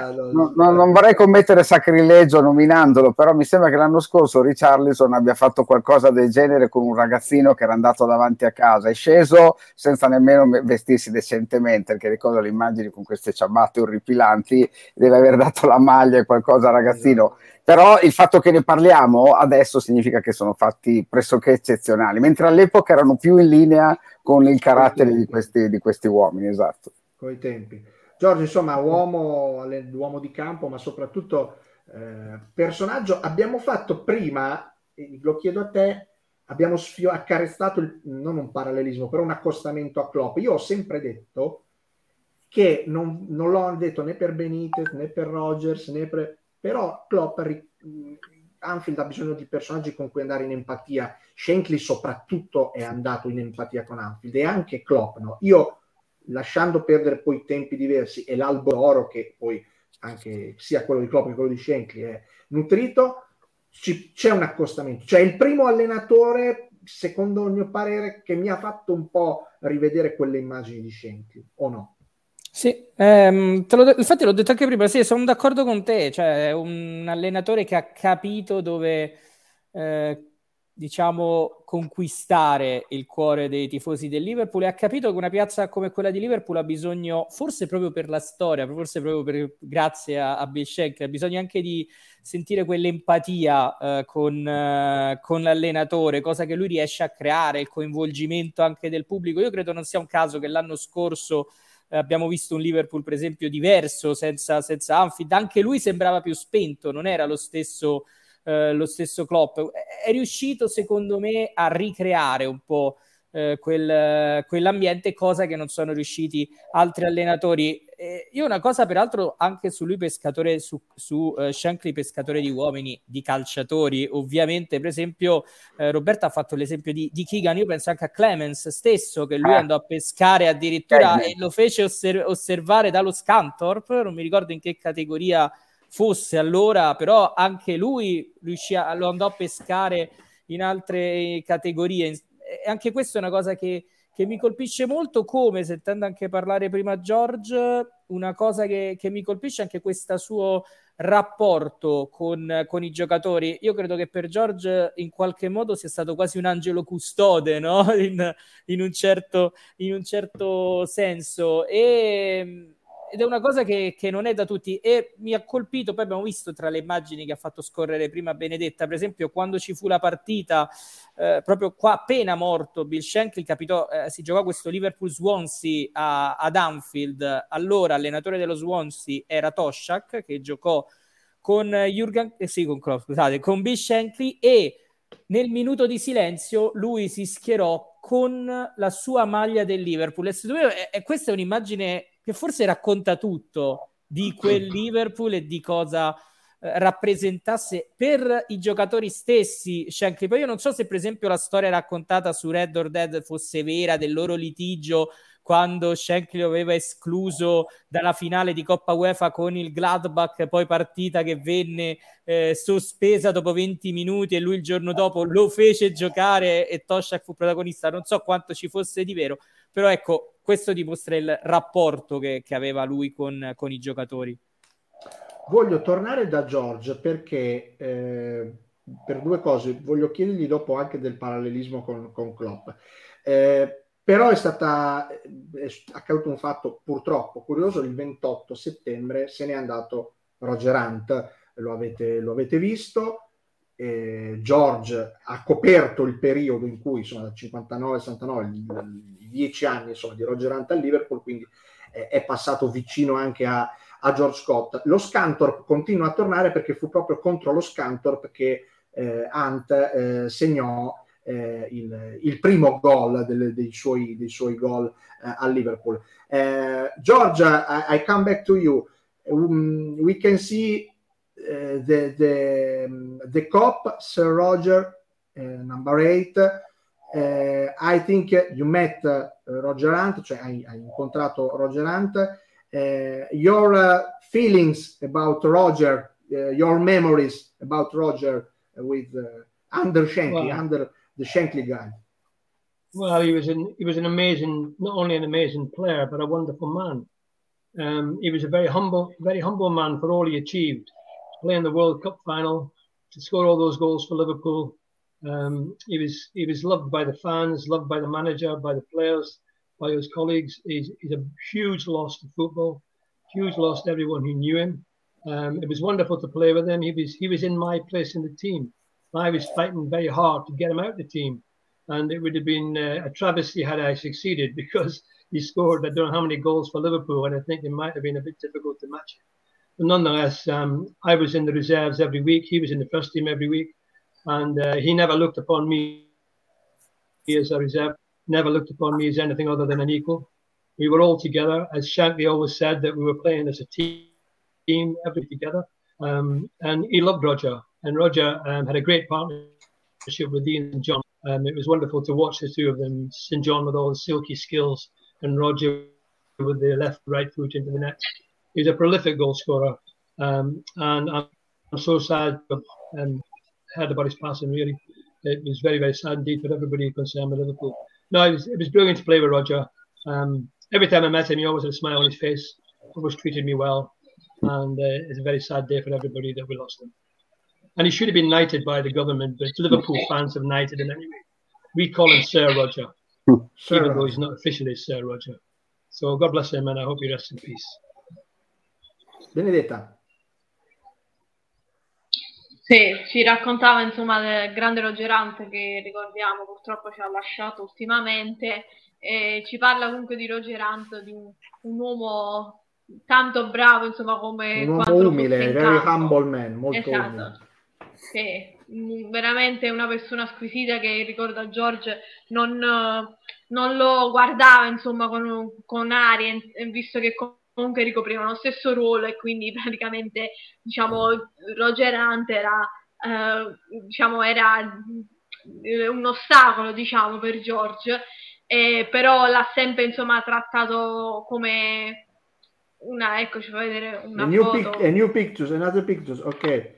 non vorrei commettere sacrilegio nominandolo, però mi sembra che l'anno scorso Richarlison abbia fatto qualcosa del genere con un ragazzino che era andato davanti a casa, è sceso senza nemmeno vestirsi decentemente, perché ricordo le immagini con queste ciabatte orripilanti, deve aver dato la maglia e qualcosa al ragazzino. Però il fatto che ne parliamo adesso significa che sono fatti pressoché eccezionali, mentre all'epoca erano più in linea con il carattere di questi uomini. Esatto, con i tempi. Giorgio, insomma, uomo di campo, ma soprattutto personaggio. Abbiamo fatto prima, lo chiedo a te, abbiamo accarezzato non un parallelismo, però un accostamento a Klopp. Io ho sempre detto che non l'ho detto né per Benitez né per Rodgers, però Klopp, Anfield ha bisogno di personaggi con cui andare in empatia. Shankly soprattutto è andato in empatia con Anfield, e anche Klopp, no? Io, lasciando perdere poi tempi diversi e l'albo d'oro, che poi anche sia quello di Klopp che quello di Shankly è nutrito, c'è un accostamento. Cioè il primo allenatore, secondo il mio parere, che mi ha fatto un po' rivedere quelle immagini di Shankly, o no? Sì, infatti l'ho detto anche prima, sì, sono d'accordo con te, cioè un allenatore che ha capito dove diciamo, conquistare il cuore dei tifosi del Liverpool, e ha capito che una piazza come quella di Liverpool ha bisogno, forse proprio per la storia, forse proprio grazie a Bill Shankly, ha bisogno anche di sentire quell'empatia con l'allenatore, cosa che lui riesce a creare, il coinvolgimento anche del pubblico. Io credo non sia un caso che l'anno scorso abbiamo visto un Liverpool, per esempio, diverso, senza Anfield. Anche lui sembrava più spento, non era lo stesso Klopp. È riuscito, secondo me, a ricreare un po' quell'ambiente, cosa che non sono riusciti altri allenatori. Io una cosa, peraltro, anche su lui pescatore, su Shankly pescatore di uomini, di calciatori, ovviamente, per esempio Roberta ha fatto l'esempio di Keegan. Io penso anche a Clemens stesso, che lui andò a pescare addirittura e lo fece osservare dallo Scunthorpe, non mi ricordo in che categoria fosse allora, però anche lui lo andò a pescare in altre categorie, e anche questa è una cosa che mi colpisce molto, come, sentendo anche parlare prima George, una cosa che mi colpisce anche questo suo rapporto con i giocatori. Io credo che per George in qualche modo sia stato quasi un angelo custode, no? in un certo senso, ed è una cosa che non è da tutti, e mi ha colpito. Poi abbiamo visto tra le immagini che ha fatto scorrere prima Benedetta, per esempio, quando ci fu la partita, proprio qua appena morto Bill Shankly, capitò, si giocò questo Liverpool-Swansea ad Anfield. Allora allenatore dello Swansea era Toshak, che giocò con con Bill Shankly, e nel minuto di silenzio lui si schierò con la sua maglia del Liverpool, e questa è un'immagine che forse racconta tutto di quel Liverpool e di cosa rappresentasse per i giocatori stessi Shankly. Poi io non so se, per esempio, la storia raccontata su Red or Dead fosse vera, del loro litigio quando Shankly lo aveva escluso dalla finale di Coppa UEFA con il Gladbach, poi partita che venne sospesa dopo 20 minuti, e lui il giorno dopo lo fece giocare e Toshak fu protagonista. Non so quanto ci fosse di vero, però ecco, questo dimostra il rapporto che aveva lui con i giocatori. Voglio tornare da George perché per due cose. Voglio chiedergli dopo anche del parallelismo con Klopp. Però è accaduto un fatto purtroppo curioso. Il 28 settembre se n'è andato Roger Hunt, lo avete visto. George ha coperto il periodo in cui, insomma, dal 59-69, i 10 anni, insomma, di Roger Hunt al Liverpool, quindi è passato vicino anche a George Scott. Lo Scunthorpe continua a tornare perché fu proprio contro lo Scunthorpe che Hunt segnò il primo gol dei suoi gol al Liverpool. George, I come back to you. We can see the cop, Sir Roger, number 8. I think you met Roger Hunt, cioè hai incontrato Roger Hunt. Your feelings about Roger, your memories about Roger with under Shankly, under the Shankly guy. Well, he was an amazing, not only an amazing player, but a wonderful man. He was a very humble man for all he achieved. To play in the World Cup final, to score all those goals for Liverpool. He was loved by the fans, loved by the manager, by the players, by his colleagues. He's a huge loss to football, huge loss to everyone who knew him. It was wonderful to play with him. He was in my place in the team. I was fighting very hard to get him out of the team, and it would have been a travesty had I succeeded, because he scored I don't know how many goals for Liverpool, and I think it might have been a bit difficult to match it. But nonetheless, I was in the reserves every week. He was in the first team every week, and he never looked upon me as a reserve, never looked upon me as anything other than an equal. We were all together, as Shankly always said, that we were playing as a team, everybody together. And he loved Roger, and Roger had a great partnership with Ian and John. It was wonderful to watch the two of them, St. John with all the silky skills, and Roger with the left, right foot into the net. He's a prolific goal scorer, and I'm so sad and heard about his passing. Really, it was very, very sad indeed for everybody concerned with Liverpool. No, it was brilliant to play with Roger. Every time I met him, he always had a smile on his face. Always treated me well, and it's a very sad day for everybody that we lost him. and he should have been knighted by the government, but Liverpool fans have knighted him anyway. We call him Sir Roger, even though he's not officially Sir Roger. So God bless him, and I hope he rests in peace. Benedetta. Sì, ci raccontava insomma del grande Roger Hunt che ricordiamo purtroppo ci ha lasciato ultimamente, e ci parla comunque di Roger Hunt, di un uomo tanto bravo insomma come un uomo umile, very humble man, molto umile. Sì, veramente una persona squisita che ricorda George non lo guardava insomma con aria, visto che comunque ricoprivano lo stesso ruolo, e quindi praticamente diciamo Roger Hunt era un ostacolo diciamo per George, però l'ha sempre insomma trattato come una, ecco, ci fa vedere una foto. New pictures, another pictures, ok.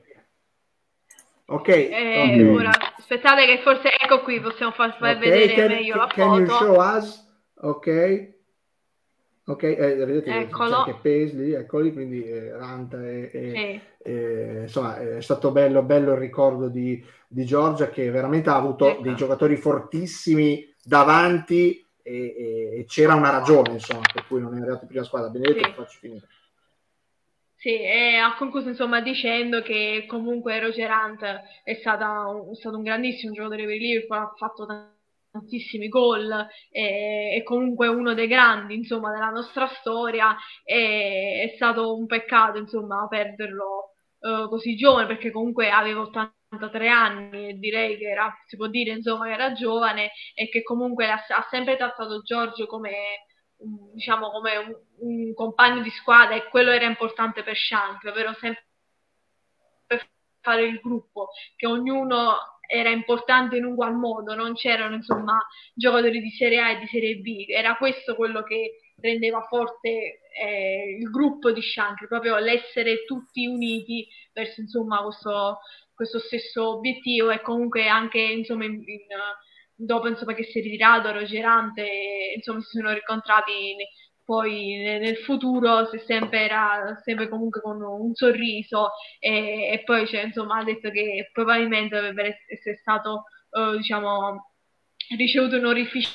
Ora aspettate che forse ecco qui possiamo far vedere meglio la foto. Can you show us? Ok, vedete c'è anche Paisley, eccoli, quindi Hunt insomma è stato bello il ricordo di Georgia, che veramente ha avuto dei giocatori fortissimi davanti, e c'era una ragione insomma per cui non è arrivato in prima squadra. Benedetto, ti faccio finire. Sì, e ha concluso insomma dicendo che comunque Roger Hunt è stato un grandissimo giocatore per il Liverpool, ha fatto tantissimi gol, è comunque uno dei grandi insomma della nostra storia, e è stato un peccato insomma perderlo così giovane, perché comunque aveva 83 anni e direi che si può dire insomma che era giovane, e che comunque ha sempre trattato Giorgio come diciamo come un compagno di squadra, e quello era importante per Shankly, ovvero sempre fare il gruppo, che ognuno era importante in un qual modo, non c'erano insomma giocatori di Serie A e di Serie B, era questo quello che rendeva forte il gruppo di Shankly, proprio l'essere tutti uniti verso insomma questo stesso obiettivo. E comunque anche insomma dopo insomma che si è ritirato Roger Hunt, insomma si sono ricontrati poi nel futuro, sempre comunque con un sorriso, e poi insomma ha detto che probabilmente dovrebbe essere stato diciamo ricevuto un'onorificenza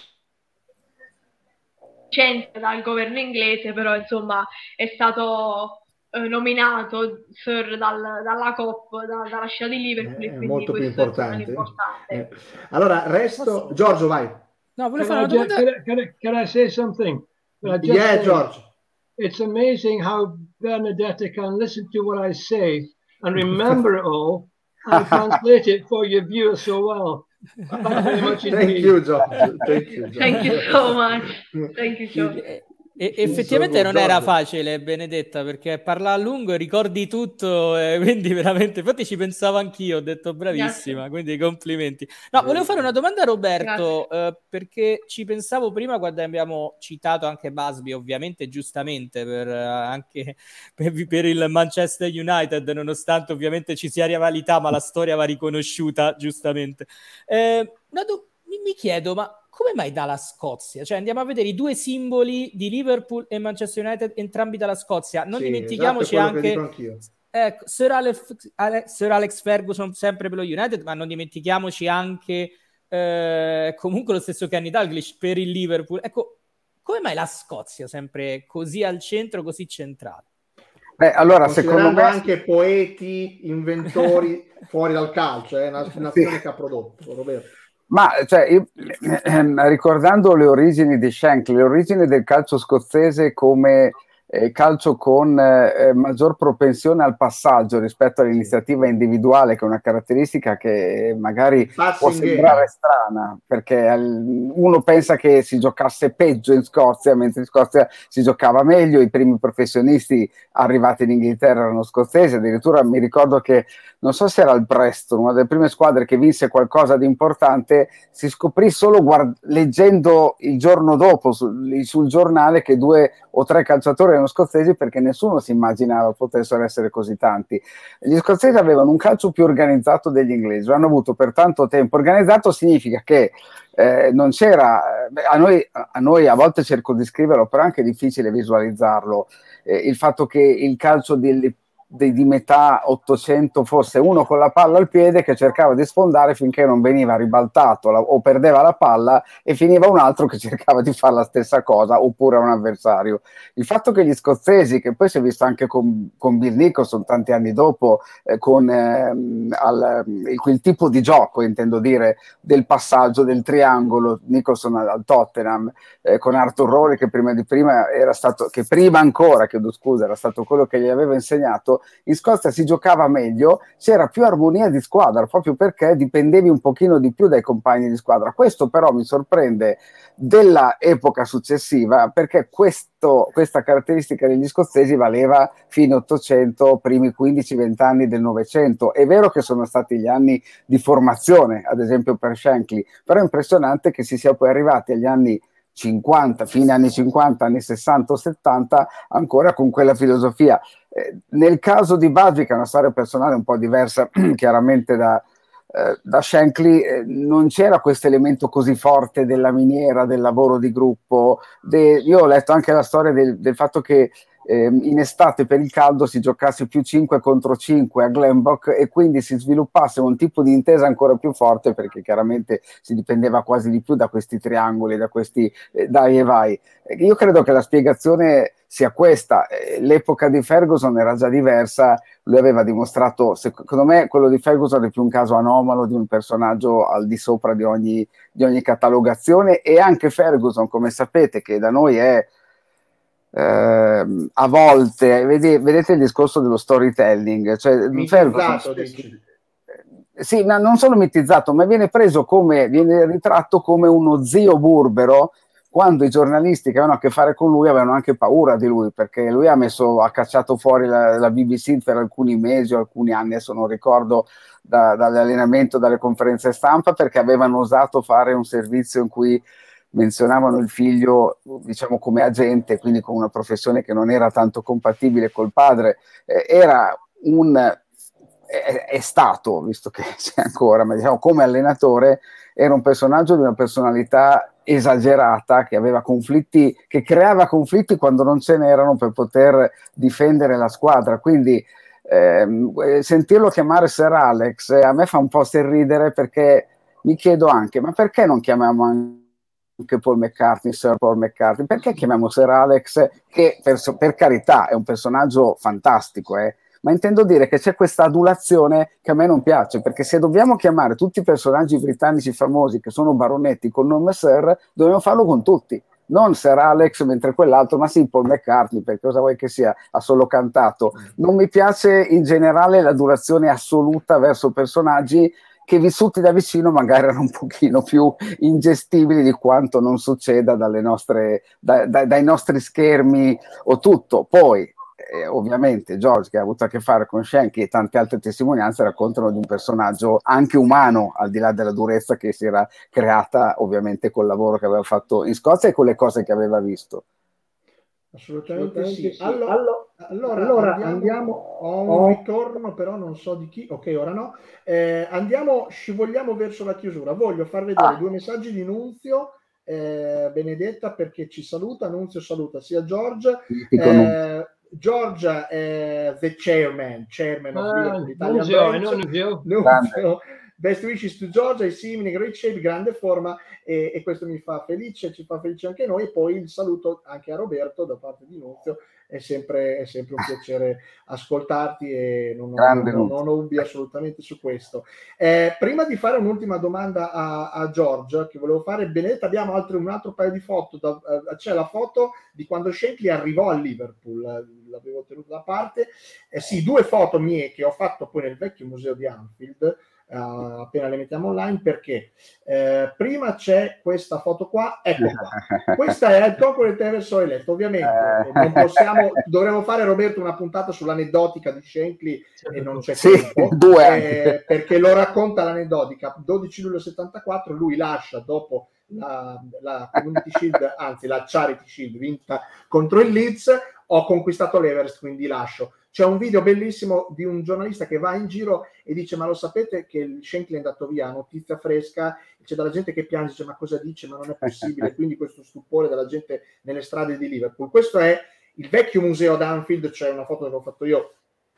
dal governo inglese, però insomma è stato nominato Sir dalla COP, dalla scia di Liverpool, e quindi molto più importante. Allora resto Giorgio, vai. No, volevo fare una domanda. Can I say something? Yeah, George. It's amazing how Bernadetta can listen to what I say and remember it all and translate it for your viewers so well. Thank you, George. Thank you so much. Thank you, George. E effettivamente non era facile, Benedetta, perché parla a lungo e ricordi tutto, quindi veramente, infatti ci pensavo anch'io, ho detto bravissima. Grazie. Quindi complimenti. No, volevo fare una domanda a Roberto, perché ci pensavo prima quando abbiamo citato anche Busby, ovviamente giustamente anche per il Manchester United, nonostante ovviamente ci sia rivalità, ma la storia va riconosciuta giustamente. Mi chiedo, ma come mai dalla Scozia? Cioè andiamo a vedere i due simboli di Liverpool e Manchester United, entrambi dalla Scozia. Non dimentichiamoci anche Sir Alex Ferguson sempre per lo United, ma non dimentichiamoci anche comunque lo stesso Kenny Dalglish per il Liverpool. Ecco, come mai la Scozia sempre così al centro, così centrale? Allora, secondo me anche poeti, inventori fuori dal calcio, è una nazione che ha prodotto, Roberto. Ma ricordando le origini di Shankly, le origini del calcio scozzese come calcio con maggior propensione al passaggio rispetto all'iniziativa individuale, che è una caratteristica che magari può sembrare strana, perché uno pensa che si giocasse peggio in Scozia, mentre in Scozia si giocava meglio. I primi professionisti arrivati in Inghilterra erano scozzesi, addirittura mi ricordo che non so se era il Preston, una delle prime squadre che vinse qualcosa di importante, si scoprì solo leggendo il giorno dopo sul giornale che 2 o 3 calciatori erano scozzesi, perché nessuno si immaginava potessero essere così tanti. Gli scozzesi avevano un calcio più organizzato degli inglesi, lo hanno avuto per tanto tempo. Organizzato significa che non c'era, a noi a volte cerco di scriverlo, però è anche difficile visualizzarlo, il fatto che il calcio di metà 800, forse uno con la palla al piede che cercava di sfondare finché non veniva ribaltato o perdeva la palla, e finiva un altro che cercava di fare la stessa cosa, oppure un avversario. Il fatto che gli scozzesi, che poi si è visto anche con Bill Nicholson tanti anni dopo, con quel tipo di gioco, intendo dire, del passaggio del triangolo, Nicholson al Tottenham, con Arthur Rory, che prima era stato, che prima ancora, chiedo scusa, era stato quello che gli aveva insegnato. In Scozia si giocava meglio, c'era più armonia di squadra, proprio perché dipendevi un pochino di più dai compagni di squadra. Questo però mi sorprende della epoca successiva, perché questa caratteristica degli scozzesi valeva fine 800, primi 15-20 anni del Novecento. È vero che sono stati gli anni di formazione, ad esempio per Shankly, però è impressionante che si sia poi arrivati agli anni 50, fine anni 50, anni 60 o 70, ancora con quella filosofia. Nel caso di Budgie, che è una storia personale un po' diversa chiaramente da Shankly, non c'era questo elemento così forte della miniera, del lavoro di gruppo. Io ho letto anche la storia del fatto che in estate per il caldo si giocasse più 5 contro 5 a Glenbock, e quindi si sviluppasse un tipo di intesa ancora più forte, perché chiaramente si dipendeva quasi di più da questi triangoli, da questi dai e vai. Io credo che la spiegazione sia questa. L'epoca di Ferguson era già diversa, lui aveva dimostrato, secondo me quello di Ferguson è più un caso anomalo di un personaggio al di sopra di ogni catalogazione. E anche Ferguson, come sapete, che da noi è a volte, vedete il discorso dello storytelling, cioè mitizzato, dici. Sì, non solo mitizzato, ma viene ritratto come uno zio burbero, quando i giornalisti che avevano a che fare con lui avevano anche paura di lui, perché lui ha cacciato fuori la BBC per alcuni mesi o alcuni anni, adesso non ricordo, dall'allenamento, dalle conferenze stampa, perché avevano osato fare un servizio in cui menzionavano il figlio, diciamo, come agente, quindi con una professione che non era tanto compatibile col padre. È stato, visto che c'è ancora, ma diciamo come allenatore era un personaggio di una personalità esagerata, che aveva conflitti, che creava conflitti quando non ce n'erano, per poter difendere la squadra. Quindi sentirlo chiamare Sir Alex a me fa un po' sorridere, perché mi chiedo anche, ma perché non chiamiamo anche Paul McCartney Sir Paul McCartney? Perché chiamiamo Sir Alex, che per carità è un personaggio fantastico, ma intendo dire che c'è questa adulazione che a me non piace, perché se dobbiamo chiamare tutti i personaggi britannici famosi che sono baronetti con nome Sir, dobbiamo farlo con tutti, non Sir Alex mentre quell'altro, ma sì, Paul McCartney, perché cosa vuoi che sia, ha solo cantato. Non mi piace in generale l'adulazione assoluta verso personaggi che vissuti da vicino magari erano un pochino più ingestibili di quanto non succeda dai nostri schermi o tutto. Poi ovviamente George, che ha avuto a che fare con Shankly, e tante altre testimonianze raccontano di un personaggio anche umano, al di là della durezza che si era creata ovviamente col lavoro che aveva fatto in Scozia e con le cose che aveva visto. Assolutamente sì. Allora andiamo. Ho un ritorno, però non so di chi. Ok, ora no. Scivoliamo verso la chiusura. Voglio far vedere due messaggi di Nunzio, Benedetta, perché ci saluta. Nunzio saluta sia George. George è the chairman of Liverpool Italian Nunzio. Best wishes to Georgia, I see him in a great shape, grande forma, e questo mi fa felice, ci fa felice anche noi. E poi il saluto anche a Roberto da parte di Nunzio, è sempre un piacere ascoltarti, e non ho dubbi assolutamente su questo. Prima di fare un'ultima domanda a George, che volevo fare, Benedetta, abbiamo un altro paio di foto. C'è la foto di quando Shankly arrivò a Liverpool, l'avevo tenuta da parte. Sì, due foto mie che ho fatto poi nel vecchio museo di Anfield, appena le mettiamo online, perché prima c'è questa foto qua, ecco qua, questa è il tocco del Terzo Eletto. Ovviamente non possiamo, dovremmo fare, Roberto, una puntata sull'aneddotica di Shankly, e non c'è tempo, perché lo racconta l'aneddotica. 12 luglio 74 lui lascia, dopo la Community Shield, anzi la Charity Shield vinta contro il Leeds, ho conquistato l'Everest, quindi lascio. C'è un video bellissimo di un giornalista che va in giro e dice: ma lo sapete che il Shankly è andato via? Notizia fresca. C'è della gente che piange, dice: ma cosa dice? Ma non è possibile. Quindi questo stupore della gente nelle strade di Liverpool. Questo è il vecchio museo ad Anfield. C'è una foto che ho fatto io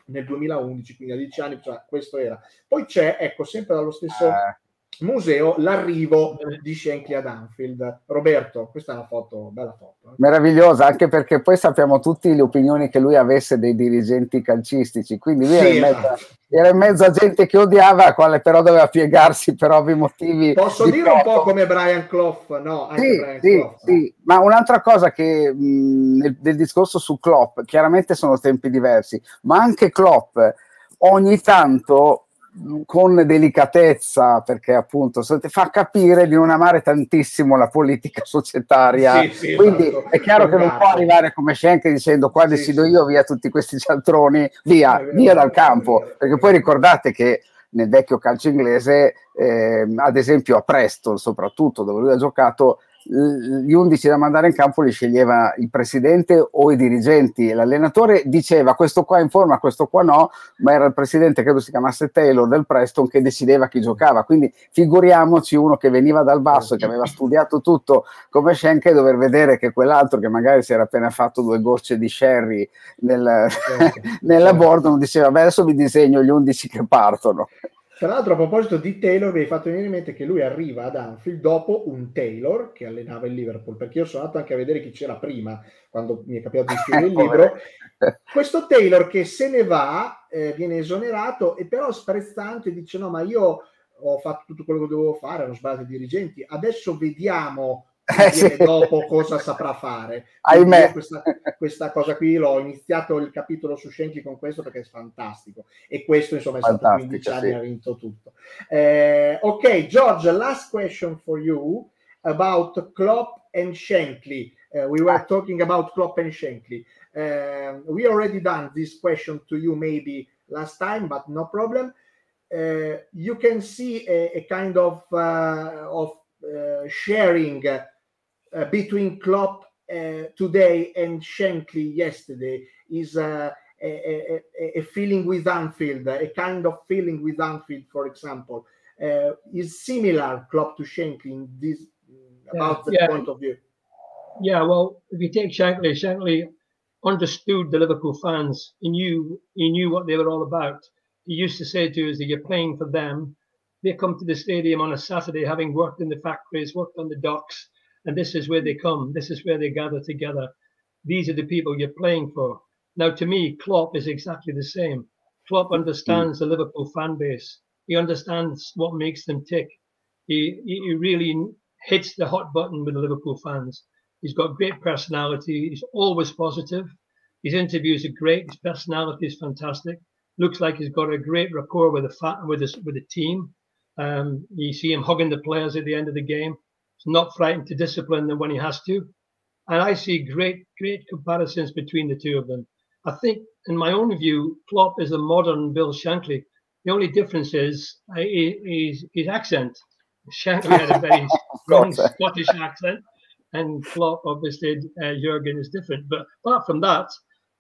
nel 2011, quindi a 10 anni, cioè, questo era. Poi c'è, ecco, sempre dallo stesso museo, l'arrivo di Shankly ad Anfield. Roberto, questa è una foto, bella foto. Meravigliosa, anche perché poi sappiamo tutti le opinioni che lui avesse dei dirigenti calcistici, quindi lui era in mezzo a gente che odiava, quale però doveva piegarsi per ovvi motivi. Posso dire un po' come Brian Clough, no? Anche Brian Clough, sì. Ma un'altra cosa che del discorso su Klopp, chiaramente sono tempi diversi, ma anche Klopp ogni tanto con delicatezza, perché appunto fa capire di non amare tantissimo la politica societaria, quindi esatto. È chiaro che non può arrivare come Shankly dicendo qua decido io, via tutti questi cialtroni, via dal campo, perché poi ricordate che nel vecchio calcio inglese, ad esempio a Preston soprattutto, dove lui ha giocato, gli 11 da mandare in campo li sceglieva il presidente o i dirigenti, l'allenatore diceva questo qua in forma, questo qua no, ma era il presidente, credo si chiamasse Taylor, del Preston, che decideva chi giocava. Quindi figuriamoci uno che veniva dal basso, che aveva studiato tutto come Shankly, dover vedere che quell'altro che magari si era appena fatto 2 gocce di sherry nella board non diceva beh adesso vi disegno gli 11 che partono. Tra l'altro, a proposito di Taylor, mi hai fatto venire in mente che lui arriva ad Anfield dopo un Taylor che allenava il Liverpool, perché io sono andato anche a vedere chi c'era prima, quando mi è capitato di scrivere il libro. Questo Taylor che se ne va, viene esonerato, e però sprezzante dice no, ma io ho fatto tutto quello che dovevo fare, hanno sbagliato i dirigenti, adesso vediamo dopo cosa saprà fare. Ahimè. Questa cosa qui l'ho iniziato il capitolo su Shankly con questo perché è fantastico, e questo insomma è stato 15 anni, ha vinto tutto. Ok, George, last question for you about Klopp and Shankly. We were talking about Klopp and Shankly. We already done this question to you maybe last time, but no problem. You can see a kind of sharing between Klopp today and Shankly yesterday is a feeling with Anfield, a kind of feeling with Anfield, for example, is similar Klopp to Shankly in this about the point of view. Yeah, well, if you take Shankly understood the Liverpool fans. He knew what they were all about. He used to say to us that you're playing for them. They come to the stadium on a Saturday, having worked in the factories, worked on the docks, and this is where they come. This is where they gather together. These are the people you're playing for. Now, to me, Klopp is exactly the same. Klopp understands the Liverpool fan base. He understands what makes them tick. He really hits the hot button with the Liverpool fans. He's got great personality. He's always positive. His interviews are great. His personality is fantastic. Looks like he's got a great rapport with the team. You see him hugging the players at the end of the game. He's not frightened to discipline them when he has to. And I see great comparisons between the two of them. I think, in my own view, Klopp is a modern Bill Shankly. The only difference is his accent. Shankly had a very strong Scottish accent, and Klopp, obviously, Jurgen is different. But apart from that,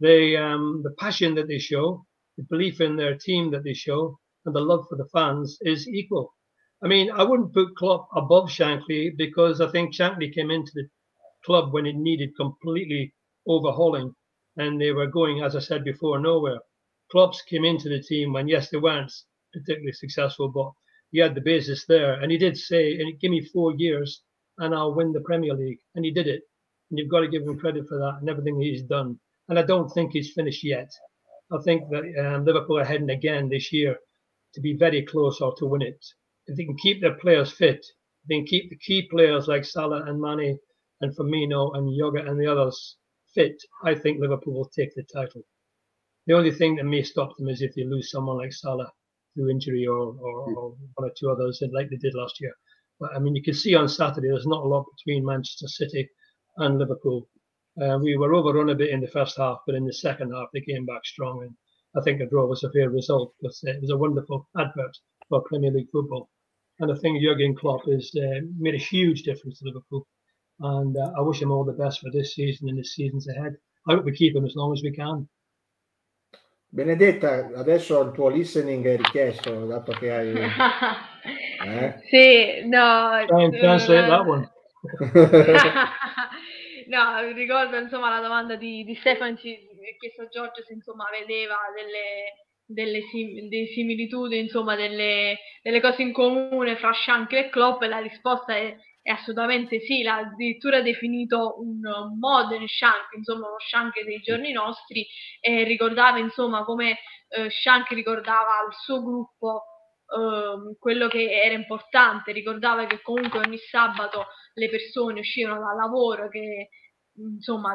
the passion that they show, the belief in their team that they show, and the love for the fans is equal. I mean, I wouldn't put Klopp above Shankly because I think Shankly came into the club when it needed completely overhauling, and they were going, as I said before, nowhere. Klopp's came into the team when, yes, they weren't particularly successful, but he had the basis there. And he did say, give me 4 years and I'll win the Premier League. And he did it. And you've got to give him credit for that and everything he's done. And I don't think he's finished yet. I think that Liverpool are heading again this year to be very close or to win it. If they can keep their players fit, they can keep the key players like Salah and Mane and Firmino and Yoga and the others fit, I think Liverpool will take the title. The only thing that may stop them is if they lose someone like Salah through injury or one or two others like they did last year. But I mean, you can see on Saturday there's not a lot between Manchester City and Liverpool. We were overrun a bit in the first half, but in the second half they came back strong, and I think a draw was a fair result because it was a wonderful advert for Premier League football. And I think Jurgen Klopp has made a huge difference to Liverpool, and I wish him all the best for this season and the seasons ahead. I hope we keep him as long as we can. Benedetta, adesso il tuo listening è richiesto, dato che hai... Sì, no... Translate that one. No, ricordo insomma la domanda di Stefan, chiesto a Giorgio se insomma vedeva delle similitudini, insomma delle cose in comune fra Shankly e Klopp, e la risposta è assolutamente sì. L'ha addirittura definito un modern Shankly, insomma uno Shankly dei giorni nostri, e ricordava insomma come Shankly ricordava al suo gruppo quello che era importante, ricordava che comunque ogni sabato le persone uscivano dal lavoro, che insomma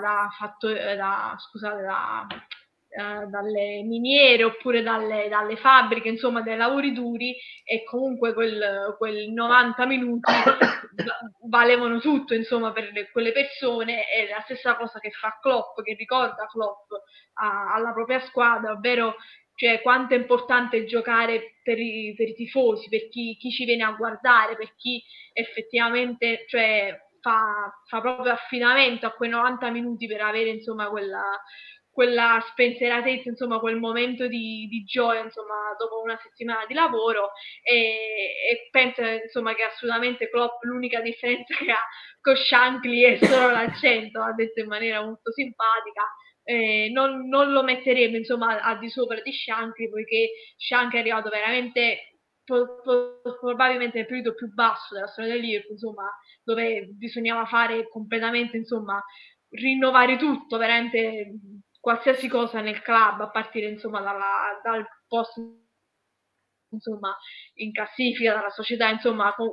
dalle miniere oppure dalle fabbriche, insomma dai lavori duri, e comunque quel 90 minuti valevano tutto insomma per quelle persone. È la stessa cosa che fa Klopp, che ricorda Klopp alla propria squadra, ovvero cioè quanto è importante giocare per i tifosi, per chi ci viene a guardare, per chi effettivamente cioè fa proprio affidamento a quei 90 minuti per avere insomma quella spensieratezza, insomma quel momento di gioia insomma dopo una settimana di lavoro. E penso insomma che assolutamente Klopp l'unica differenza che ha con Shankly è solo l'accento, l'ha detto in maniera molto simpatica. Non lo metterebbe insomma al di sopra di Shankly, poiché Shankly è arrivato veramente probabilmente nel periodo più basso della storia del Liverpool, insomma, dove bisognava fare completamente, insomma, rinnovare tutto, veramente qualsiasi cosa nel club, a partire insomma dal posto insomma in classifica, dalla società, insomma con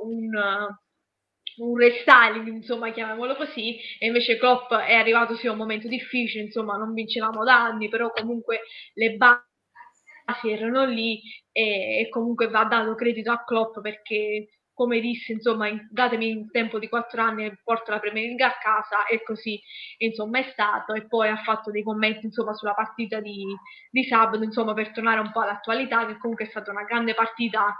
un restyling, insomma, chiamiamolo così. E invece Klopp è arrivato sì a un momento difficile, insomma non vincevamo da anni, però comunque le basi erano lì, e comunque va dato credito a Klopp, perché come disse insomma datemi il tempo di 4 anni e porto la Premier League a casa, e così insomma è stato. E poi ha fatto dei commenti insomma sulla partita di sabato, insomma per tornare un po' all'attualità, che comunque è stata una grande partita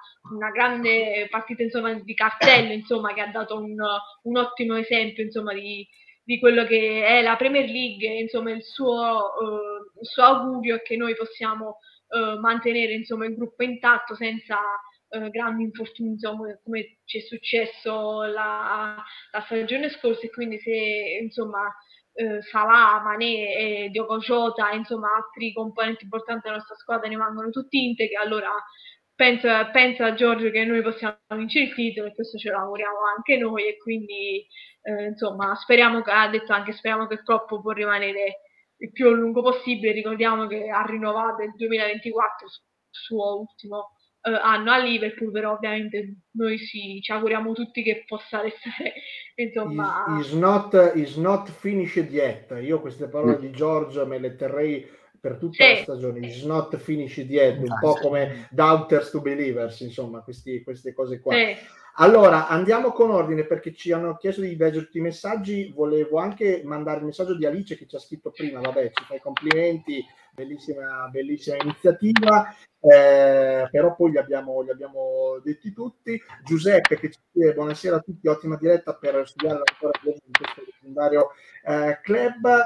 insomma di cartello, insomma, che ha dato un ottimo esempio insomma di quello che è la Premier League. Insomma il suo augurio è che noi possiamo mantenere insomma il gruppo intatto senza grandi infortuni, insomma, come ci è successo la stagione scorsa. E quindi se insomma Salah, Mané e Diogo Jota, insomma altri componenti importanti della nostra squadra rimangono tutti integri, allora penso a Giorgio che noi possiamo vincere il titolo, e questo ce lo auguriamo anche noi. E quindi insomma speriamo che Klopp può rimanere il più a lungo possibile. Ricordiamo che ha rinnovato il 2024, il suo ultimo anno a Liverpool, però ovviamente noi ci auguriamo tutti che possa restare insomma is not finished yet. Io queste parole di George me le terrei per tutta la stagione. Is not finished yet, un po' come Doubters to Believers, insomma queste cose qua. Allora andiamo con ordine, perché ci hanno chiesto di leggere tutti i messaggi. Volevo anche mandare il messaggio di Alice che ci ha scritto prima. Vabbè, ci fai complimenti, bellissima iniziativa. Però poi li abbiamo detti tutti. Giuseppe che ci chiede buonasera a tutti, ottima diretta per studiare ancora di questo leggendario club.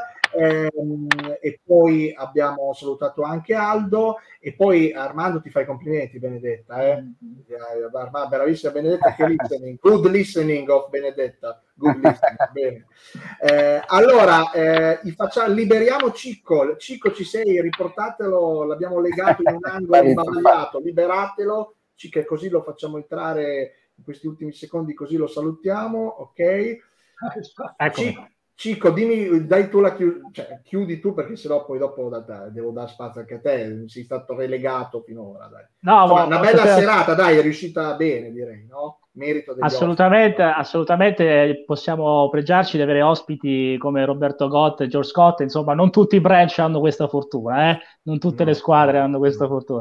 E poi abbiamo salutato anche Aldo, e poi Armando ti fai complimenti, Benedetta, bravissima Benedetta, che listening, good listening of Benedetta, good listening. Bene. Allora liberiamo Cicco, ci sei, riportatelo, l'abbiamo legato in un angolo imbavagliato, liberatelo Cicco, così lo facciamo entrare in questi ultimi secondi, così lo salutiamo, ok? Ecco. Cicco, dai tu chiudi tu, perché sennò poi dopo devo dare spazio anche a te, sei stato relegato finora, dai. No, insomma, una bella serata, dai, è riuscita bene, direi, no? Merito degli assolutamente possiamo pregiarci di avere ospiti come Roberto Gott e George Scott, insomma non tutti i branch hanno questa fortuna, non tutte le squadre hanno questa fortuna.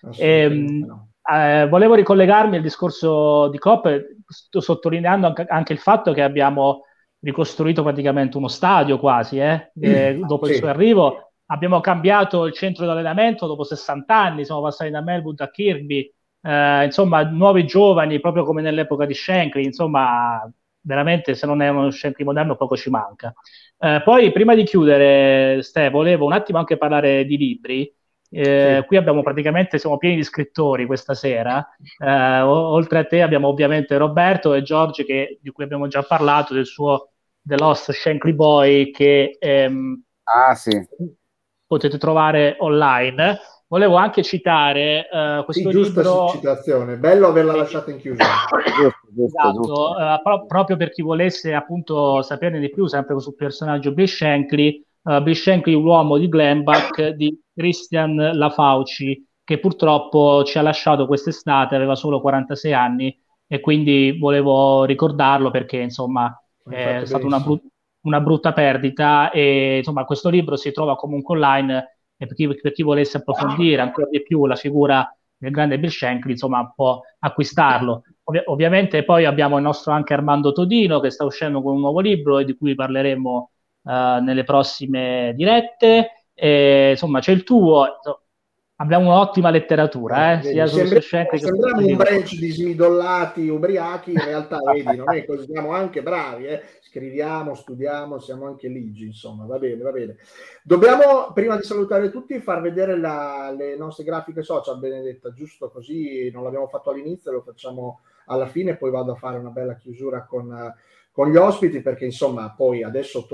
Volevo ricollegarmi al discorso di Klopp, sottolineando anche il fatto che abbiamo ricostruito praticamente uno stadio quasi, dopo il suo arrivo. Abbiamo cambiato il centro di allenamento dopo 60 anni, siamo passati da Melwood a Kirkby, insomma nuovi giovani, proprio come nell'epoca di Shankly, insomma veramente se non è uno Shankly moderno poco ci manca. Poi prima di chiudere, Ste, volevo un attimo anche parlare di libri. Qui abbiamo siamo pieni di scrittori questa sera, oltre a te abbiamo ovviamente Roberto e Giorgio, di cui abbiamo già parlato, del suo The Lost Shankly Boy, che sì, potete trovare online. Volevo anche citare questo libro. Citazione, bello averla lasciata in chiusura. Esatto, proprio per chi volesse appunto saperne di più, sempre sul personaggio Bill Shankly, l'uomo di Glenbach, di Christian Lafauci, che purtroppo ci ha lasciato quest'estate, aveva solo 46 anni, e quindi volevo ricordarlo perché insomma è stata una brutta perdita, e insomma questo libro si trova comunque online, e per chi volesse approfondire ancora di più la figura del grande Bill Shankly, insomma può acquistarlo. Ovviamente poi abbiamo il nostro anche Armando Todino, che sta uscendo con un nuovo libro e di cui parleremo nelle prossime dirette. Insomma c'è il tuo, abbiamo un'ottima letteratura, sia sullo Shankly che sembriamo un branch di smidollati ubriachi, in realtà vedi, non è così, siamo anche bravi, scriviamo, studiamo, siamo anche ligi, insomma, va bene, va bene. Dobbiamo, prima di salutare tutti, far vedere le nostre grafiche social, Benedetta, giusto così, non l'abbiamo fatto all'inizio, lo facciamo alla fine, poi vado a fare una bella chiusura con gli ospiti, perché insomma poi adesso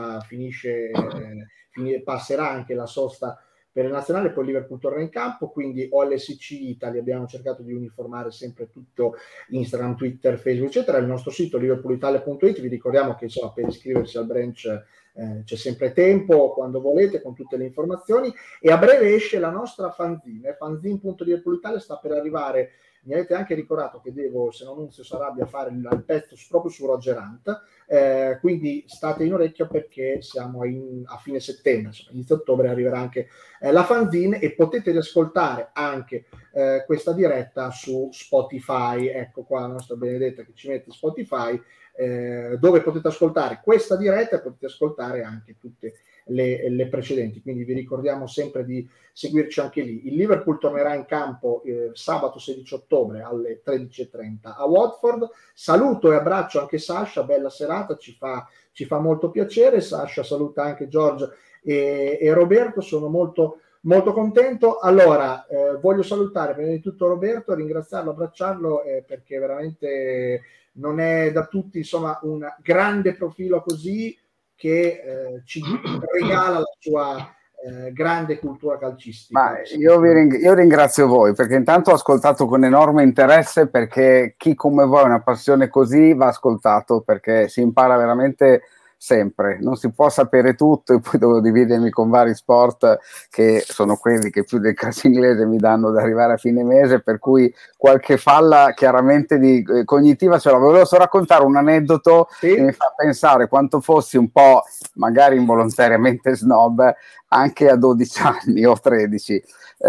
passerà anche la sosta per il nazionale, poi Liverpool torna in campo, quindi OLSC Italia, abbiamo cercato di uniformare sempre tutto, Instagram, Twitter, Facebook, eccetera. Il nostro sito liverpoolitalia.it, vi ricordiamo che insomma per iscriversi al branch c'è sempre tempo, quando volete, con tutte le informazioni, e a breve esce la nostra fanzine, fanzine.liverpoolitalia sta per arrivare. Mi avete anche ricordato che devo, se non Nunzio Sarabia, fare il pezzo proprio su Roger Hunt, quindi state in orecchio perché siamo a fine settembre, insomma, inizio ottobre arriverà anche la fanzine, e potete riascoltare anche questa diretta su Spotify. Ecco qua la nostra Benedetta che ci mette Spotify, dove potete ascoltare questa diretta e potete ascoltare anche tutte le precedenti, quindi vi ricordiamo sempre di seguirci anche lì. Il Liverpool tornerà in campo sabato 16 ottobre alle 13:30 a Watford. Saluto e abbraccio anche Sasha, bella serata, ci fa molto piacere. Sasha saluta anche George e Roberto, sono molto molto contento. Allora voglio salutare prima di tutto Roberto, ringraziarlo, abbracciarlo, perché veramente non è da tutti, insomma, un grande profilo così che ci regala la sua grande cultura calcistica. Ma io ringrazio voi, perché intanto ho ascoltato con enorme interesse, perché chi come voi ha una passione così va ascoltato, perché si impara veramente sempre, non si può sapere tutto, e poi devo dividermi con vari sport che sono quelli che più del calcio inglese mi danno da arrivare a fine mese, per cui qualche falla chiaramente cognitiva ce l'ho. Volevo solo raccontare un aneddoto che mi fa pensare quanto fossi un po', magari involontariamente, snob anche a 12 anni o 13.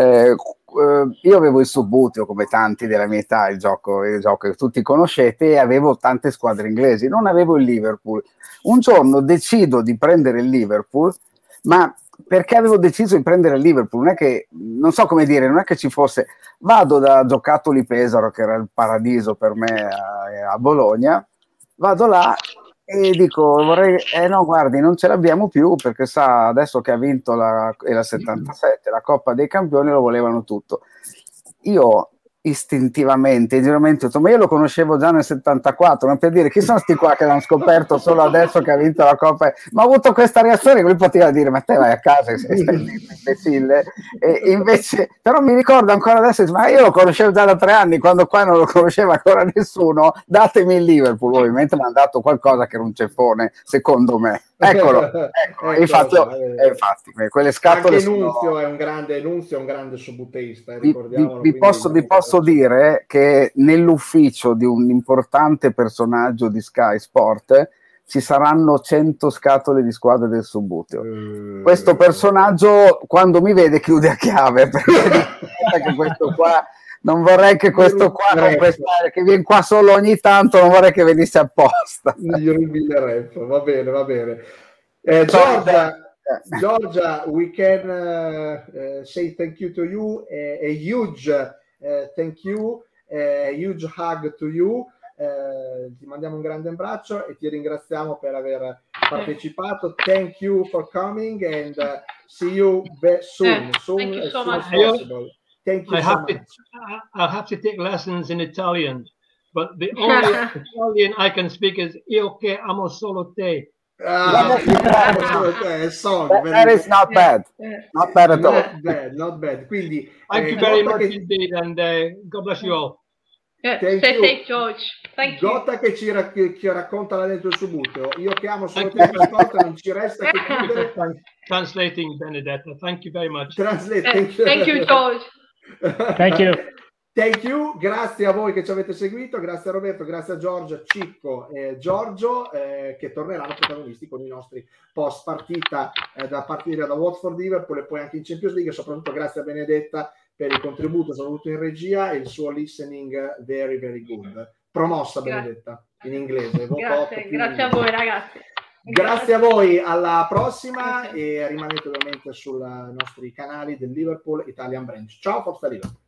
Io avevo il Subbuteo, come tanti della mia età, il gioco che tutti conoscete, e avevo tante squadre inglesi, non avevo il Liverpool. Un giorno decido di prendere il Liverpool, ma perché avevo deciso di prendere il Liverpool? Non so come dire, non è che ci fosse, vado da Giocattoli Pesaro, che era il paradiso per me a Bologna, vado là e dico, no, guardi, non ce l'abbiamo più, perché sa, adesso che ha vinto la 77, la Coppa dei Campioni, lo volevano tutto. Io istintivamente, giramente, ho detto, ma io lo conoscevo già nel 74, ma per dire, chi sono sti qua che l'hanno scoperto solo adesso che ha vinto la Coppa? Ma ho avuto questa reazione che lui poteva dire, ma te vai a casa, sei imbecille. E invece, però mi ricordo ancora adesso, ma io lo conoscevo già da 3 anni, quando qua non lo conosceva ancora nessuno, datemi il Liverpool. Ovviamente mi hanno dato qualcosa che era un ceffone, secondo me. Eccolo. Infatti, quelle scatole anche Nunzio è un grande subbuteista, vi posso dire che nell'ufficio di un importante personaggio di Sky Sport ci saranno 100 scatole di squadre del Subbuteo. Questo personaggio, quando mi vede, chiude a chiave, perché questo qua, non vorrei che questo qua che viene qua solo ogni tanto, non vorrei che venisse apposta. Gli rubi il ref. Va bene. Giorgia, we can say thank you to you, a huge thank you, a huge hug to you. Ti mandiamo un grande abbraccio e ti ringraziamo per aver partecipato. Thank you for coming, and see you soon. Thank you so much. As possible. Thank you so much. I'll have to take lessons in Italian, but the only Italian I can speak is io che amo solo te. That is not bad. Not bad at all. Not bad. Quindi, thank you very much indeed, and God bless you all. Stay safe, George. Thank you. Gotta che ci racconta l'aneddoto del suo buteo. Io che amo solo te sport, non ci resta che chiudere. Translating Benedetta. Thank you very much. Thank you, George. Thank you, grazie a voi che ci avete seguito, grazie a Roberto, grazie a Giorgio, Cicco e Giorgio che torneranno protagonisti con i nostri post partita da partire da Watford Liverpool e poi anche in Champions League, e soprattutto grazie a Benedetta per il contributo soprattutto in regia e il suo listening very very good. Promossa Benedetta in inglese. Grazie a voi ragazzi. Grazie a voi, alla prossima e rimanete ovviamente sui nostri canali del Liverpool Italian Branch. Ciao, Forza Liverpool.